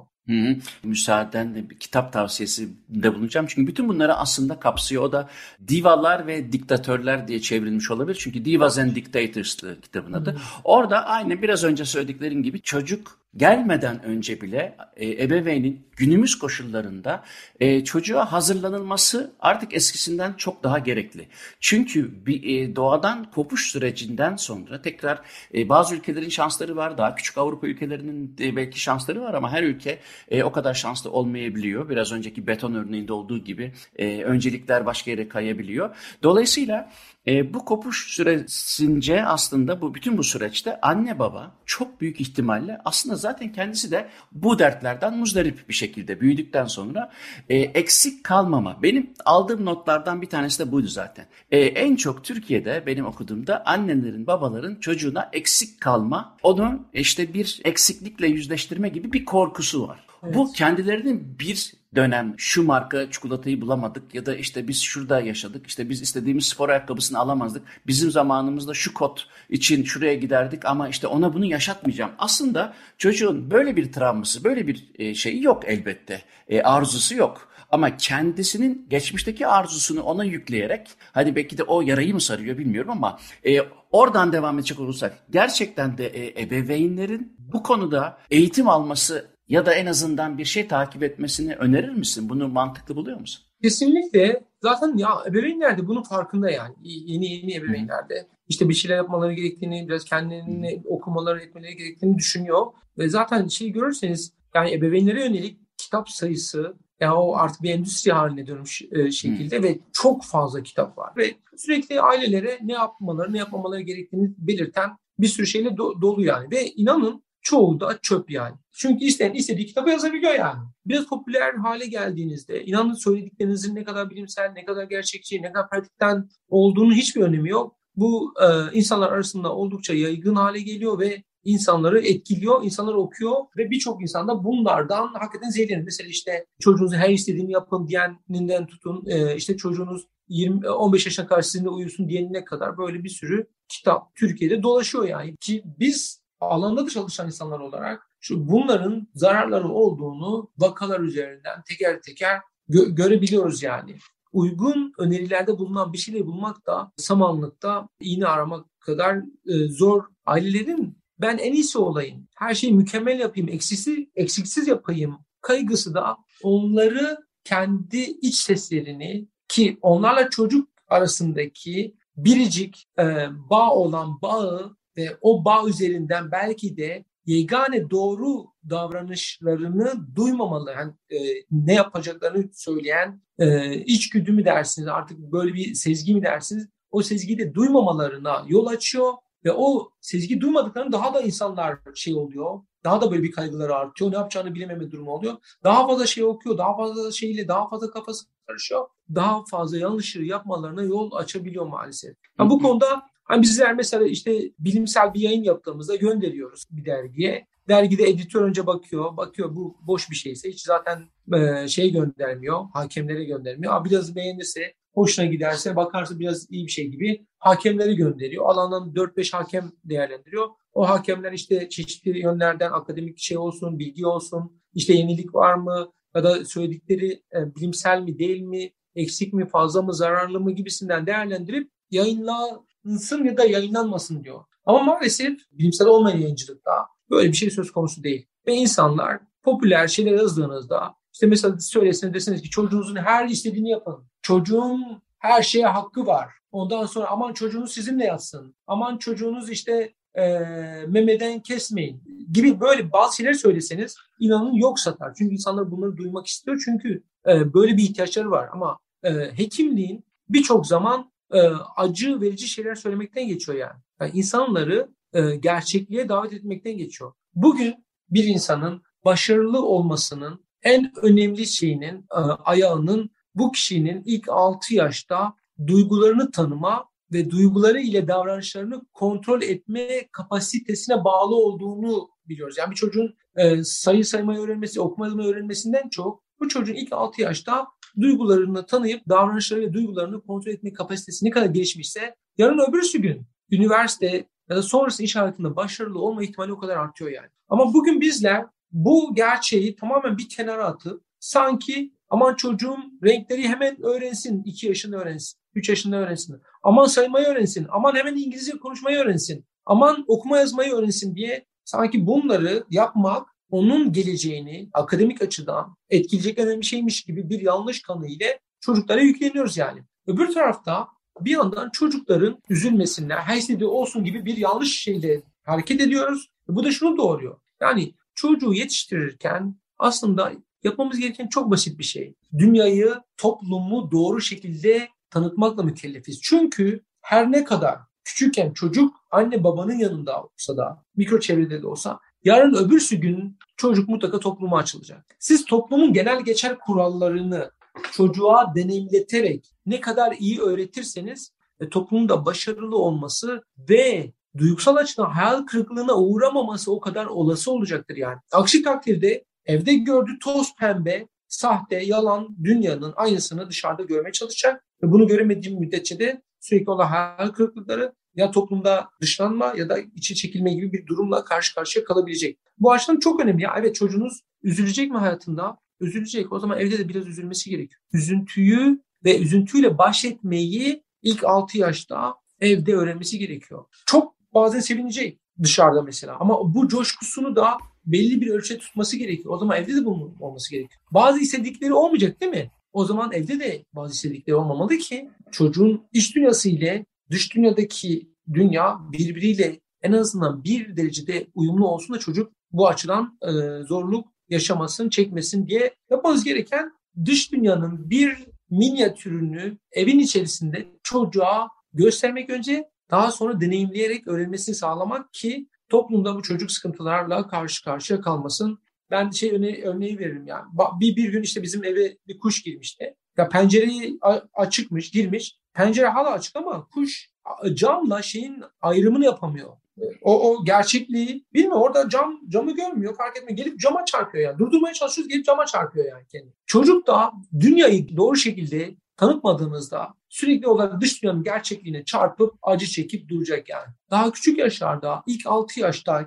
Müsaadenle bir kitap tavsiyesinde bulunacağım. Çünkü bütün bunları aslında kapsıyor. O da Divalar ve Diktatörler diye çevrilmiş olabilir. Çünkü Divas and Dictators'tı kitabın adı. Orada aynı biraz önce söylediklerin gibi çocuk gelmeden önce bile ebeveynin günümüz koşullarında çocuğa hazırlanılması artık eskisinden çok daha gerekli. Çünkü doğadan kopuş sürecinden sonra tekrar bazı ülkelerin şansları var. Daha küçük Avrupa ülkelerinin belki şansları var ama her ülke o kadar şanslı olmayabiliyor. Biraz önceki beton örneğinde olduğu gibi öncelikler başka yere kayabiliyor. Dolayısıyla bu kopuş süresince aslında bütün bu süreçte anne baba çok büyük ihtimalle aslında zaten kendisi de bu dertlerden muzdarip bir şekilde büyüdükten sonra eksik kalmama. Benim aldığım notlardan bir tanesi de buydu zaten. En çok Türkiye'de benim okuduğumda annelerin babaların çocuğuna eksik kalma, onu işte bir eksiklikle yüzleştirme gibi bir korkusu var. Evet. Bu kendilerinin bir dönem şu marka çikolatayı bulamadık ya da işte biz şurada yaşadık, işte biz istediğimiz spor ayakkabısını alamazdık. Bizim zamanımızda şu kot için şuraya giderdik ama işte ona bunu yaşatmayacağım. Aslında çocuğun böyle bir travması, böyle bir şeyi yok elbette. Arzusu yok. Ama kendisinin geçmişteki arzusunu ona yükleyerek, hadi belki de o yarayı mı sarıyor bilmiyorum ama oradan devam edecek olursak gerçekten de ebeveynlerin bu konuda eğitim alması ya da en azından bir şey takip etmesini önerir misin? Bunu mantıklı buluyor musun? Kesinlikle. Zaten ya ebeveynler de bunun farkında yani. Yeni ebeveynler de işte bir şeyler yapmaları gerektiğini, biraz kendilerini okumaları etmeleri gerektiğini düşünüyor. Ve zaten görürseniz yani ebeveynlere yönelik kitap sayısı yani o artık bir endüstri haline dönmüş şekilde ve çok fazla kitap var. Ve sürekli ailelere ne yapmaları, ne yapmamaları gerektiğini belirten bir sürü şeyle dolu yani. Ve inanın çoğu da çöp yani. Çünkü isteyen istediği kitabı yazabiliyor yani. Biraz popüler hale geldiğinizde inanın söylediklerinizin ne kadar bilimsel, ne kadar gerçekçi, ne kadar pratikten olduğunu hiçbir önemi yok. Bu insanlar arasında oldukça yaygın hale geliyor ve insanları etkiliyor, insanlar okuyor ve birçok insan da bunlardan hakikaten zehirlenir. Mesela işte çocuğunuzun her istediğini yapın diyeninden tutun, işte çocuğunuz 15 yaşına kadar sizinle uyusun diyenine kadar böyle bir sürü kitap Türkiye'de dolaşıyor yani. Ki biz alanda da çalışan insanlar olarak bunların zararları olduğunu vakalar üzerinden teker teker görebiliyoruz yani. Uygun önerilerde bulunan bir şeyleri bulmak da samanlıkta iğne aramak kadar zor. Ailelerin ben en iyisi olayım, her şeyi mükemmel yapayım, eksiksiz yapayım kaygısı da onları kendi iç seslerini ki onlarla çocuk arasındaki biricik bağ olan bağı ve o bağ üzerinden belki de yegane doğru davranışlarını duymamalı. Yani, ne yapacaklarını söyleyen içgüdü mü dersiniz artık böyle bir sezgi mi dersiniz? O sezgiyi de duymamalarına yol açıyor ve o sezgi duymadıklarını daha da insanlar oluyor. Daha da böyle bir kaygıları artıyor. Ne yapacağını bilememe durumu oluyor. Daha fazla şey okuyor. Daha fazla şeyle daha fazla kafası karışıyor. Daha fazla yanlışları yapmalarına yol açabiliyor maalesef. Yani bu konuda hani bizler mesela işte bilimsel bir yayın yaptığımızda gönderiyoruz bir dergiye. Dergide editör önce bakıyor bu boş bir şeyse hiç zaten göndermiyor, hakemlere göndermiyor. Biraz beğenirse, hoşuna giderse, bakarsa biraz iyi bir şey gibi hakemleri gönderiyor. Alandan 4-5 hakem değerlendiriyor. O hakemler işte çeşitli yönlerden akademik şey olsun, bilgi olsun, işte yenilik var mı ya da söyledikleri bilimsel mi değil mi, eksik mi, fazla mı, zararlı mı gibisinden değerlendirip yayınlansın ya da yayınlanmasın diyor. Ama maalesef bilimsel olmayan yayıncılıkta böyle bir şey söz konusu değil. Ve insanlar popüler şeyler yazdığınızda işte mesela söyleseniz deseniz ki çocuğunuzun her istediğini yapın. Çocuğun her şeye hakkı var. Ondan sonra aman çocuğunuz sizinle yatsın. Aman çocuğunuz işte memeden kesmeyin gibi böyle bazı şeyler söyleseniz inanın yok satar. Çünkü insanlar bunları duymak istiyor. Çünkü böyle bir ihtiyaçları var. Ama hekimliğin birçok zaman acı verici şeyler söylemekten geçiyor yani. Yani insanları gerçekliğe davet etmekten geçiyor. Bugün bir insanın başarılı olmasının en önemli şeyinin ayağının bu kişinin ilk 6 yaşta duygularını tanıma ve duyguları ile davranışlarını kontrol etme kapasitesine bağlı olduğunu biliyoruz. Yani bir çocuğun sayı saymayı öğrenmesi, okuma yazmayı öğrenmesinden çok bu çocuğun ilk 6 yaşta duygularını tanıyıp davranışları ve duygularını kontrol etme kapasitesi ne kadar gelişmişse yarın öbürsü gün üniversite ya da sonrası iş hayatında başarılı olma ihtimali o kadar artıyor yani. Ama bugün bizler bu gerçeği tamamen bir kenara atıp sanki aman çocuğum renkleri hemen öğrensin, 2 yaşında öğrensin, 3 yaşında öğrensin. Aman saymayı öğrensin, aman hemen İngilizce konuşmayı öğrensin, aman okuma yazmayı öğrensin diye sanki bunları yapmak onun geleceğini akademik açıdan etkileyecek önemli şeymiş gibi bir yanlış kanı ile çocuklara yükleniyoruz yani. Öbür tarafta bir yandan çocukların üzülmesinler, her istediği olsun gibi bir yanlış şeyle hareket ediyoruz. Bu da şunu doğuruyor. Yani çocuğu yetiştirirken aslında yapmamız gereken çok basit bir şey. Dünyayı, toplumu doğru şekilde tanıtmakla mükellefiz. Çünkü her ne kadar küçükken çocuk anne babanın yanında olsa da, mikro çevrede de olsa yarın öbürsü gün çocuk mutlaka topluma açılacak. Siz toplumun genel geçer kurallarını çocuğa deneyimleterek ne kadar iyi öğretirseniz toplumun da başarılı olması ve duygusal açıdan hayal kırıklığına uğramaması o kadar olası olacaktır yani. Aksi takdirde evde gördüğü toz pembe, sahte, yalan dünyanın aynısını dışarıda görmeye çalışacak ve bunu göremediği müddetçe de sürekli olan hayal kırıklıkları ya toplumda dışlanma ya da içe çekilme gibi bir durumla karşı karşıya kalabilecek. Bu açıdan çok önemli. Ya evet çocuğunuz üzülecek mi hayatında? Üzülecek. O zaman evde de biraz üzülmesi gerekiyor. Üzüntüyü ve üzüntüyle baş etmeyi ilk 6 yaşta evde öğrenmesi gerekiyor. Çok bazen sevinecek dışarıda mesela ama bu coşkusunu da belli bir ölçüde tutması gerekiyor. O zaman evde de bunun olması gerekiyor. Bazı istedikleri olmayacak değil mi? O zaman evde de bazı istedikleri olmamalı ki çocuğun iç dünyası ile dış dünyadaki dünya birbiriyle en azından bir derecede uyumlu olsun da çocuk bu açıdan zorluk yaşamasın, çekmesin diye yapmamız gereken dış dünyanın bir minyatürünü evin içerisinde çocuğa göstermek önce, daha sonra deneyimleyerek öğrenmesini sağlamak ki toplumda bu çocuk sıkıntılarla karşı karşıya kalmasın. Ben örneği veririm yani. Bir gün işte bizim eve bir kuş girmişti. Ya pencereyi açıkmış, girmiş. Pencere hala açık ama kuş camla şeyin ayrımını yapamıyor. O gerçekliği bilmiyor. Orada camı görmüyor, fark etmiyor. Gelip cama çarpıyor yani. Durdurmaya çalışıyoruz, gelip cama çarpıyor yani kendini. Çocuk da dünyayı doğru şekilde tanıtmadığınızda sürekli olarak dış dünyanın gerçekliğine çarpıp acı çekip duracak yani. Daha küçük yaşlarda, ilk 6 yaşta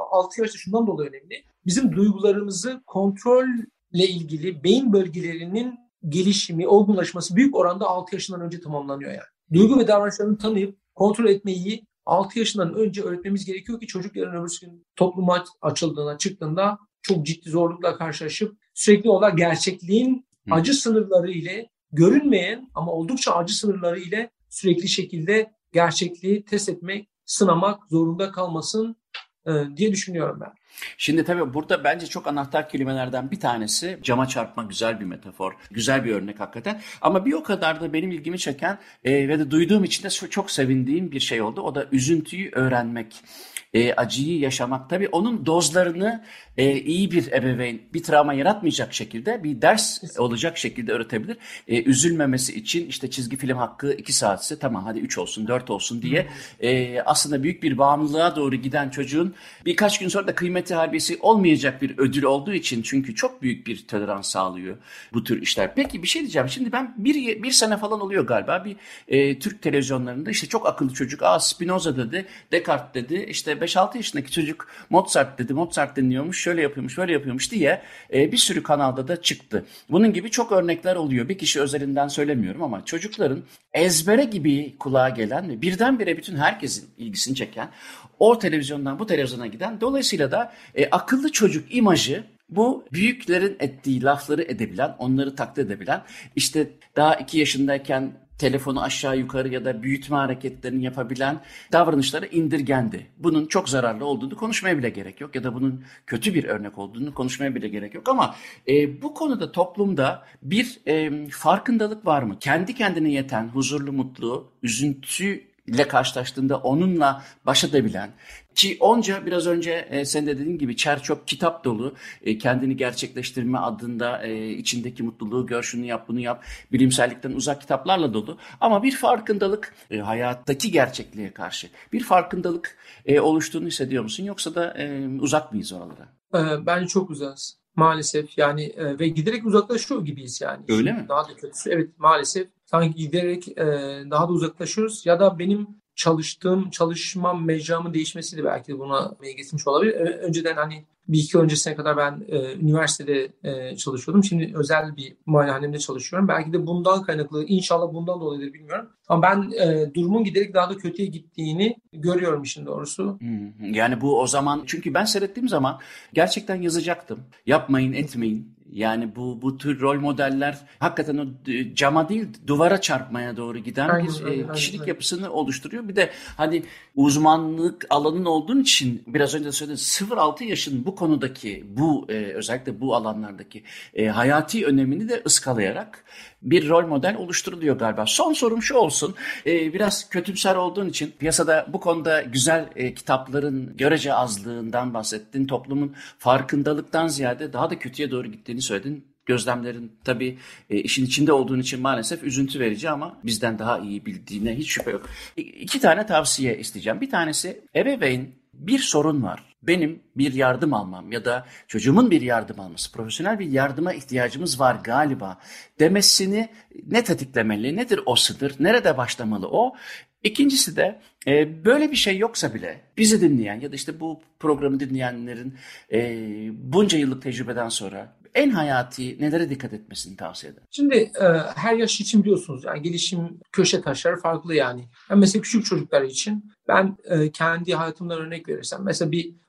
şundan dolayı önemli. Bizim duygularımızı kontrolle ilgili beyin bölgelerinin gelişimi, olgunlaşması büyük oranda 6 yaşından önce tamamlanıyor yani. Duygu ve davranışlarını tanıyıp kontrol etmeyi 6 yaşından önce öğretmemiz gerekiyor ki çocuk yarın öbür gün topluma çıktığında çok ciddi zorlukla karşılaşıp sürekli olarak gerçekliğin acı sınırları ile görünmeyen ama oldukça acı sınırları ile sürekli şekilde gerçekliği test etmek, sınamak zorunda kalmasın diye düşünüyorum ben. Şimdi tabii burada bence çok anahtar kelimelerden bir tanesi cama çarpma, güzel bir metafor, güzel bir örnek hakikaten. Ama bir o kadar da benim ilgimi çeken ve de duyduğum için de çok sevindiğim bir şey oldu. O da üzüntüyü öğrenmek, acıyı yaşamak. Tabii onun dozlarını iyi bir ebeveyn bir travma yaratmayacak şekilde, bir ders olacak şekilde öğretebilir. Üzülmemesi için işte çizgi film hakkı 2 saatse tamam hadi 3 olsun 4 olsun diye aslında büyük bir bağımlılığa doğru giden çocuğun birkaç gün sonra da kıymeti harbiyesi olmayacak bir ödül olduğu için, çünkü çok büyük bir tolerans sağlıyor bu tür işler. Peki bir şey diyeceğim. Şimdi ben bir sene falan oluyor galiba bir Türk televizyonlarında işte çok akıllı çocuk Spinoza dedi, Descartes dedi, işte 5-6 yaşındaki çocuk Mozart dedi, Mozart dinliyormuş, şöyle yapıyormuş, böyle yapıyormuş diye bir sürü kanalda da çıktı. Bunun gibi çok örnekler oluyor. Bir kişi özelinden söylemiyorum ama çocukların ezbere gibi kulağa gelen ve birdenbire bütün herkesin ilgisini çeken, o televizyondan bu televizyona giden, dolayısıyla da akıllı çocuk imajı bu büyüklerin ettiği lafları edebilen, onları taklit edebilen, işte daha 2 yaşındayken telefonu aşağı yukarı ya da büyütme hareketlerini yapabilen davranışlara indirgendi. Bunun çok zararlı olduğunu konuşmaya bile gerek yok ya da bunun kötü bir örnek olduğunu konuşmaya bile gerek yok. Ama bu konuda toplumda bir farkındalık var mı? Kendi kendine yeten, huzurlu, mutlu, üzüntüyle karşılaştığında onunla baş edebilen, ki onca biraz önce sen de dediğin gibi çerçöp kitap dolu, kendini gerçekleştirme adında içindeki mutluluğu gör, şunu yap, bunu yap, bilimsellikten uzak kitaplarla dolu. Ama bir farkındalık, hayattaki gerçekliğe karşı bir farkındalık oluştuğunu hissediyor musun? Yoksa da uzak mıyız oralara? Bence çok uzağız. Maalesef yani ve giderek uzaklaşıyor gibiyiz yani. Öyle mi? Daha da kötüsü. Evet, maalesef sanki giderek daha da uzaklaşıyoruz ya da benim çalışma mecramın değişmesi de belki de buna getirmiş olabilir. Önceden hani bir iki öncesine kadar ben üniversitede çalışıyordum. Şimdi özel bir muayenehanemde çalışıyorum. Belki de bundan kaynaklı, inşallah bundan dolayıdır bilmiyorum. Ama ben durumun giderek daha da kötüye gittiğini görüyorum işin doğrusu. Yani bu o zaman, çünkü ben seyrettiğim zaman gerçekten yazacaktım. Yapmayın, etmeyin. Yani bu tür rol modeller hakikaten o cama değil duvara çarpmaya doğru giden bir kişilik yapısını oluşturuyor. Bir de hani uzmanlık alanın olduğun için biraz önce de söyledim, 0-6 yaşın bu konudaki özellikle bu alanlardaki hayati önemini de ıskalayarak bir rol model oluşturuluyor galiba. Son sorum şu olsun. Biraz kötümser olduğun için piyasada bu konuda güzel kitapların görece azlığından bahsettin. Toplumun farkındalıktan ziyade daha da kötüye doğru gittiğini söyledin. Gözlemlerin tabii işin içinde olduğun için maalesef üzüntü verici ama bizden daha iyi bildiğine hiç şüphe yok. 2 tane tavsiye isteyeceğim. Bir tanesi, ebeveyn bir sorun var, benim bir yardım almam ya da çocuğumun bir yardım alması, profesyonel bir yardıma ihtiyacımız var galiba demesini ne tetiklemeli, nedir o sınır, nerede başlamalı o? İkincisi de böyle bir şey yoksa bile bizi dinleyen ya da işte bu programı dinleyenlerin bunca yıllık tecrübeden sonra en hayati nelere dikkat etmesini tavsiye ederim. Şimdi her yaş için biliyorsunuz yani gelişim köşe taşları farklı yani. Yani mesela küçük çocuklar için ben kendi hayatımdan örnek verirsem mesela bir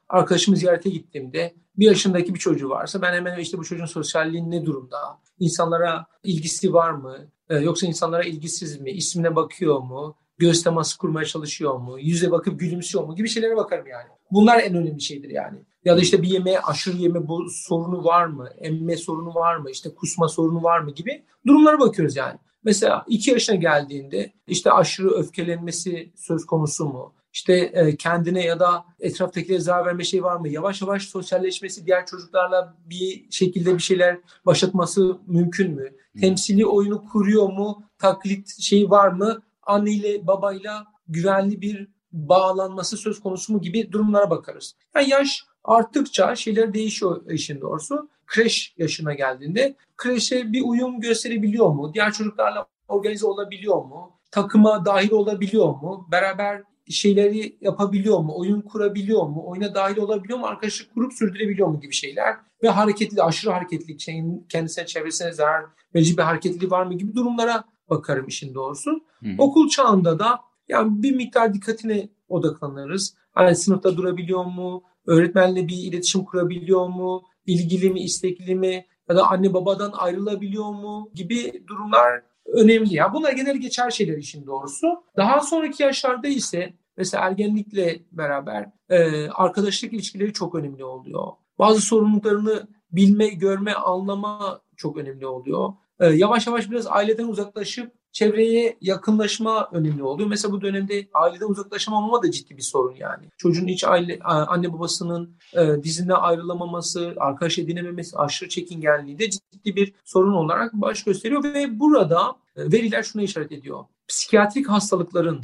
arkadaşımı ziyarete gittiğimde 1 yaşındaki bir çocuğu varsa ben hemen işte bu çocuğun sosyalliği ne durumda? İnsanlara ilgisi var mı? Yoksa insanlara ilgisiz mi? İsmine bakıyor mu? Göz teması kurmaya çalışıyor mu? Yüze bakıp gülümsüyor mu? Gibi şeylere bakarım yani. Bunlar en önemli şeydir yani. Ya da işte bir yemeğe aşırı yeme bu sorunu var mı? Emme sorunu var mı? İşte kusma sorunu var mı? Gibi durumlara bakıyoruz yani. Mesela 2 yaşına geldiğinde işte aşırı öfkelenmesi söz konusu mu? İşte kendine ya da etraftakilere zarar verme şey var mı? Yavaş yavaş sosyalleşmesi, diğer çocuklarla bir şekilde bir şeyler başlatması mümkün mü? Temsili oyunu kuruyor mu? Taklit şeyi var mı? Anneyle babayla güvenli bir bağlanması söz konusu mu gibi durumlara bakarız. Yani yaş arttıkça şeyler değişiyor işin doğrusu. Kreş yaşına geldiğinde kreşe bir uyum gösterebiliyor mu? Diğer çocuklarla organize olabiliyor mu? Takıma dahil olabiliyor mu? Beraber şeyleri yapabiliyor mu? Oyun kurabiliyor mu? Oyuna dahil olabiliyor mu? Arkadaşlık kurup sürdürebiliyor mu gibi şeyler. Ve hareketli, aşırı hareketlilik, kendisine, çevresine zarar verici bir hareketliliği var mı gibi durumlara bakarım işin doğrusu. Okul çağında da yani bir miktar dikkatine odaklanırız. Hani sınıfta durabiliyor mu? Öğretmenle bir iletişim kurabiliyor mu? İlgili mi, istekli mi? Ya da anne babadan ayrılabiliyor mu? Gibi durumlar önemli. Ya bunlar genel geçer şeyler işin doğrusu. Daha sonraki yaşlarda ise mesela ergenlikle beraber arkadaşlık ilişkileri çok önemli oluyor. Bazı sorumluluklarını bilme, görme, anlama çok önemli oluyor. Yavaş yavaş biraz aileden uzaklaşıp çevreye yakınlaşma önemli oluyor. Mesela bu dönemde aileden uzaklaşamama da ciddi bir sorun yani. Çocuğun hiç anne babasının dizinden ayrılamaması, arkadaş edinememesi, aşırı çekingenliği de ciddi bir sorun olarak baş gösteriyor ve burada veriler şuna işaret ediyor. Psikiyatrik hastalıkların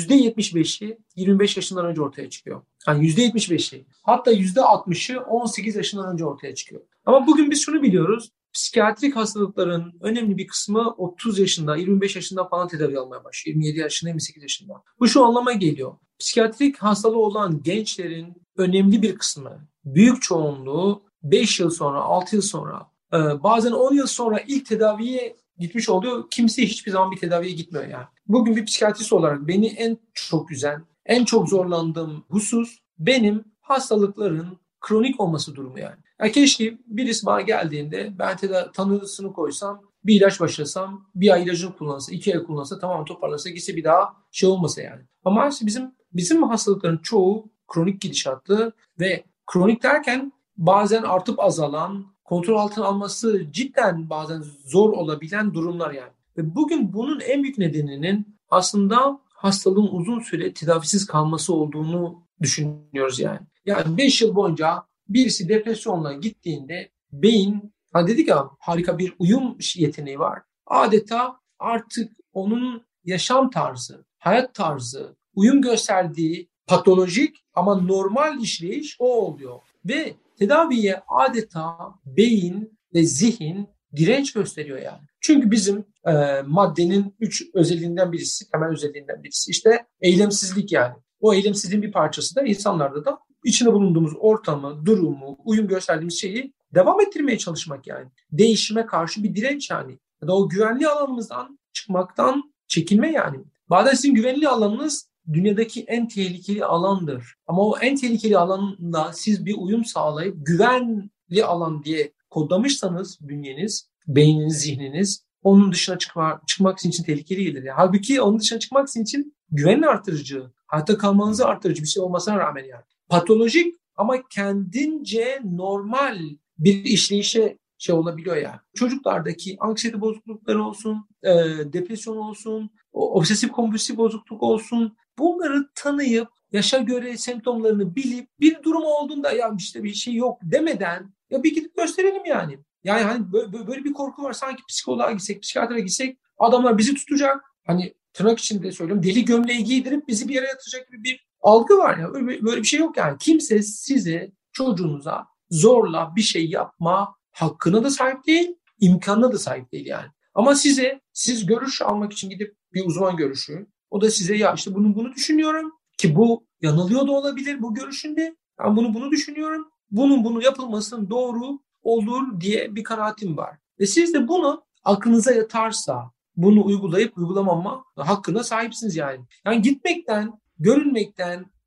%75'i 25 yaşından önce ortaya çıkıyor. Yani %75'i, hatta %60'ı 18 yaşından önce ortaya çıkıyor. Ama bugün biz şunu biliyoruz. Psikiyatrik hastalıkların önemli bir kısmı 30 yaşında, 25 yaşında falan tedavi almaya başlıyor. 27 yaşında, 28 yaşında. Bu şu anlama geliyor. Psikiyatrik hastalığı olan gençlerin önemli bir kısmı, büyük çoğunluğu 5 yıl sonra, 6 yıl sonra, bazen 10 yıl sonra ilk tedaviye gitmiş oluyor. Kimse hiçbir zaman bir tedaviye gitmiyor yani. Bugün bir psikiyatrist olarak beni en çok üzen, en çok zorlandığım husus benim hastalıkların kronik olması durumu yani. Ya keşke birisi bana geldiğinde ben tanısını koysam, bir ilaç başlasam, bir ay ilacını kullansa, 2 ay kullansa, tamam toparlasa, gitse bir daha şey olmasa yani. Ama bizim hastalıkların çoğu kronik gidişatlı ve kronik derken bazen artıp azalan, kontrol altına alması cidden bazen zor olabilen durumlar yani. Ve bugün bunun en büyük nedeninin aslında hastalığın uzun süre tedavisiz kalması olduğunu düşünüyoruz yani. Yani 5 yıl boyunca birisi depresyonla gittiğinde beyin, hani dedik ya, harika bir uyum yeteneği var. Adeta artık onun yaşam tarzı, hayat tarzı, uyum gösterdiği patolojik ama normal işleyiş o oluyor. Ve tedaviye adeta beyin ve zihin direnç gösteriyor yani. Çünkü bizim maddenin 3 özelliğinden birisi, temel özelliğinden birisi işte eylemsizlik yani. O eylemsizliğin bir parçası da insanlarda da içinde bulunduğumuz ortamı, durumu, uyum gösterdiğimiz şeyi devam ettirmeye çalışmak yani. Değişime karşı bir direnç yani. Ya da o güvenli alanımızdan çıkmaktan çekinme yani. Bazen sizin güvenli alanınız dünyadaki en tehlikeli alandır. Ama o en tehlikeli alanda siz bir uyum sağlayıp güvenli alan diye kodlamışsanız bünyeniz, beyniniz, zihniniz onun dışına çıkmak için tehlikeli gelir. Yani. Halbuki onun dışına çıkmak için güvenli artırıcı, hayatta kalmanızı artırıcı bir şey olmasına rağmen yani. Patolojik ama kendince normal bir işleyişe şey olabiliyor yani. Çocuklardaki anksiyete bozuklukları olsun, depresyon olsun, obsesif kompulsif bozukluk olsun, bunları tanıyıp yaşa göre semptomlarını bilip bir durum olduğunda ya işte bir şey yok demeden ya bir gidip gösterelim yani. Yani hani böyle bir korku var, sanki psikoloğa gitsek, psikiyatra gitsek adamlar bizi tutacak. Hani tırnak içinde söylüyorum, deli gömleği giydirip bizi bir yere yatıracak gibi bir algı var ya. Böyle bir şey yok yani. Kimse sizi çocuğunuza zorla bir şey yapma hakkına da sahip değil, imkanına da sahip değil yani. Ama siz görüş almak için gidip bir uzman görüşü, o da size ya işte bunu düşünüyorum ki bu yanılıyor da olabilir bu görüşünde. Ben bunu düşünüyorum. Bunun yapılmasının doğru olur diye bir kanaatim var. Ve siz de bunu aklınıza yatarsa bunu uygulayıp uygulamama hakkına sahipsiniz yani. Yani gitmekten, görünmekten,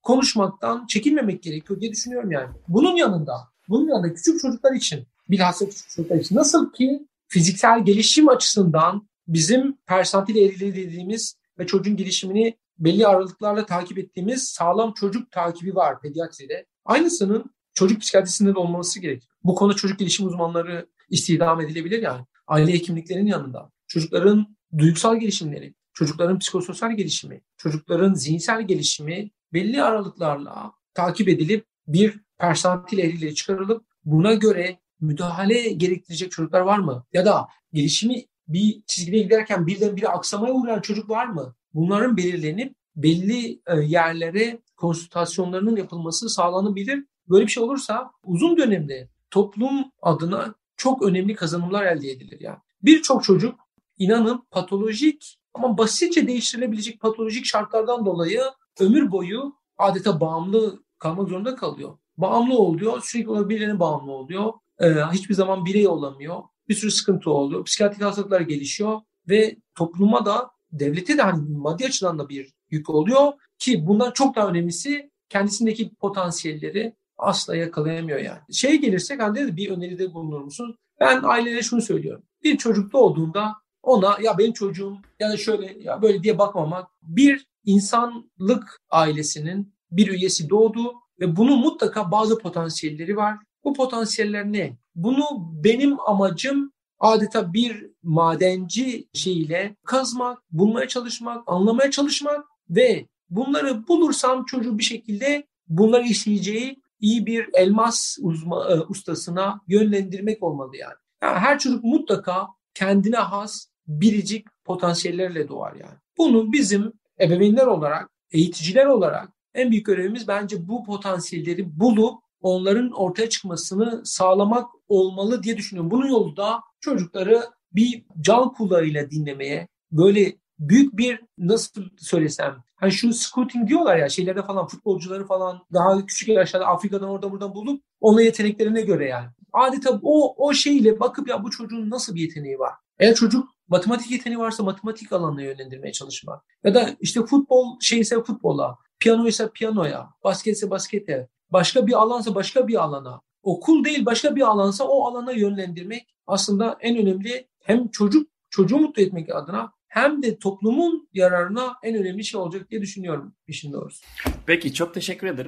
konuşmaktan çekinmemek gerekiyor diye düşünüyorum yani. Bunun yanında küçük çocuklar için, bilhassa küçük çocuklar için nasıl ki fiziksel gelişim açısından bizim persantil eğriliği dediğimiz ve çocuğun gelişimini belli aralıklarla takip ettiğimiz sağlam çocuk takibi var pediatride. Aynısının çocuk psikiyatrisinde de olması gerekir. Bu konuda çocuk gelişim uzmanları istihdam edilebilir yani. Aile hekimliklerinin yanında çocukların duygusal gelişimleri, çocukların psikososyal gelişimi, çocukların zihinsel gelişimi belli aralıklarla takip edilip bir persantil eğriliği çıkarılıp buna göre müdahale gerektirecek çocuklar var mı? Ya da gelişimi bir çizgide giderken birdenbire aksamaya uğrayan çocuk var mı? Bunların belirlenip belli yerlere konsültasyonlarının yapılması sağlanabilir. Böyle bir şey olursa uzun dönemde toplum adına çok önemli kazanımlar elde edilir. Yani birçok çocuk inanın patolojik ama basitçe değiştirilebilecek patolojik şartlardan dolayı ömür boyu adeta bağımlı kalmak zorunda kalıyor. Bağımlı oluyor, sürekli olarak birilerine bağımlı oluyor. Hiçbir zaman birey olamıyor. Bir sürü sıkıntı oluyor. Psikiyatrik hastalıklar gelişiyor ve topluma da devlete de hani maddi açıdan da bir yük oluyor ki bundan çok daha önemlisi kendisindeki potansiyelleri asla yakalayamıyor yani. Gelirsek hani bir öneride bulunur musun? Ben ailelere şunu söylüyorum. Bir çocuk doğduğunda ona ya benim çocuğum ya da şöyle ya böyle diye bakmamak. Bir insanlık ailesinin bir üyesi doğdu ve bunun mutlaka bazı potansiyelleri var. Bu potansiyeller ne? Bunu benim amacım adeta bir madenci şeyiyle kazmak, bulmaya çalışmak, anlamaya çalışmak ve bunları bulursam çocuğu bir şekilde bunları işleyeceği iyi bir elmas ustasına yönlendirmek olmalı yani. Yani her çocuk mutlaka kendine has biricik potansiyellerle doğar yani. Bunu bizim ebeveynler olarak, eğiticiler olarak en büyük görevimiz bence bu potansiyelleri bulup onların ortaya çıkmasını sağlamak olmalı diye düşünüyorum. Bunun yolu da çocukları bir can kulağıyla dinlemeye, böyle büyük bir nasıl söylesem, hani şu scouting diyorlar ya şeylerde falan futbolcuları falan daha küçük yaşlarda Afrika'dan oradan buradan bulup onun yeteneklerine göre yani. Adeta o şeyle bakıp ya bu çocuğun nasıl bir yeteneği var? Eğer çocuk matematik yeteneği varsa matematik alanına yönlendirmeye çalışmak. Ya da işte futbol ise futbola, piyano ise piyanoya, basket ise baskete, başka bir alansa başka bir alana, okul değil başka bir alansa o alana yönlendirmek aslında en önemli hem çocuğu mutlu etmek adına hem de toplumun yararına en önemli şey olacak diye düşünüyorum işin doğrusu. Peki çok teşekkür ederim.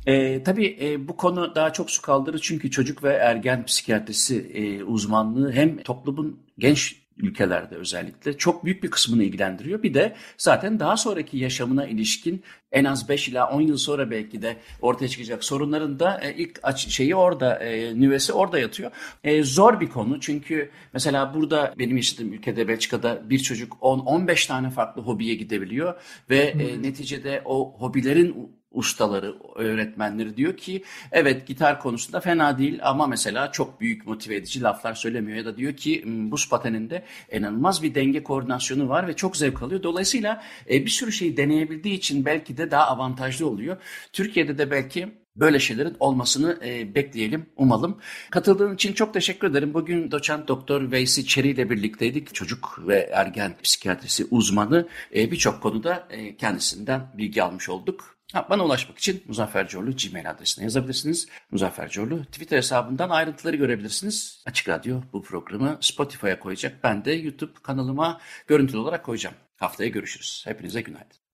Tabii bu konu daha çok su kaldırır çünkü çocuk ve ergen psikiyatrisi uzmanlığı hem toplumun genç ülkelerde özellikle çok büyük bir kısmını ilgilendiriyor. Bir de zaten daha sonraki yaşamına ilişkin en az 5 ila 10 yıl sonra belki de ortaya çıkacak sorunların da ilk nüvesi orada yatıyor. Zor bir konu çünkü mesela burada benim yaşadığım ülkede Belçika'da bir çocuk 10-15 tane farklı hobiye gidebiliyor ve neticede o hobilerin ustaları, öğretmenleri diyor ki evet gitar konusunda fena değil ama mesela çok büyük motive edici laflar söylemiyor ya da diyor ki buz pateninde inanılmaz bir denge koordinasyonu var ve çok zevk alıyor. Dolayısıyla bir sürü şeyi deneyebildiği için belki de daha avantajlı oluyor. Türkiye'de de belki böyle şeylerin olmasını bekleyelim, umalım. Katıldığın için çok teşekkür ederim. Bugün doçent doktor Veysi Çeri ile birlikteydik. Çocuk ve ergen psikiyatrisi uzmanı. Birçok konuda kendisinden bilgi almış olduk. Bana ulaşmak için Muzaffer Corlu Gmail adresine yazabilirsiniz. Muzaffer Corlu Twitter hesabından ayrıntıları görebilirsiniz. Açık Radyo bu programı Spotify'a koyacak. Ben de YouTube kanalıma görüntülü olarak koyacağım. Haftaya görüşürüz. Hepinize günaydın.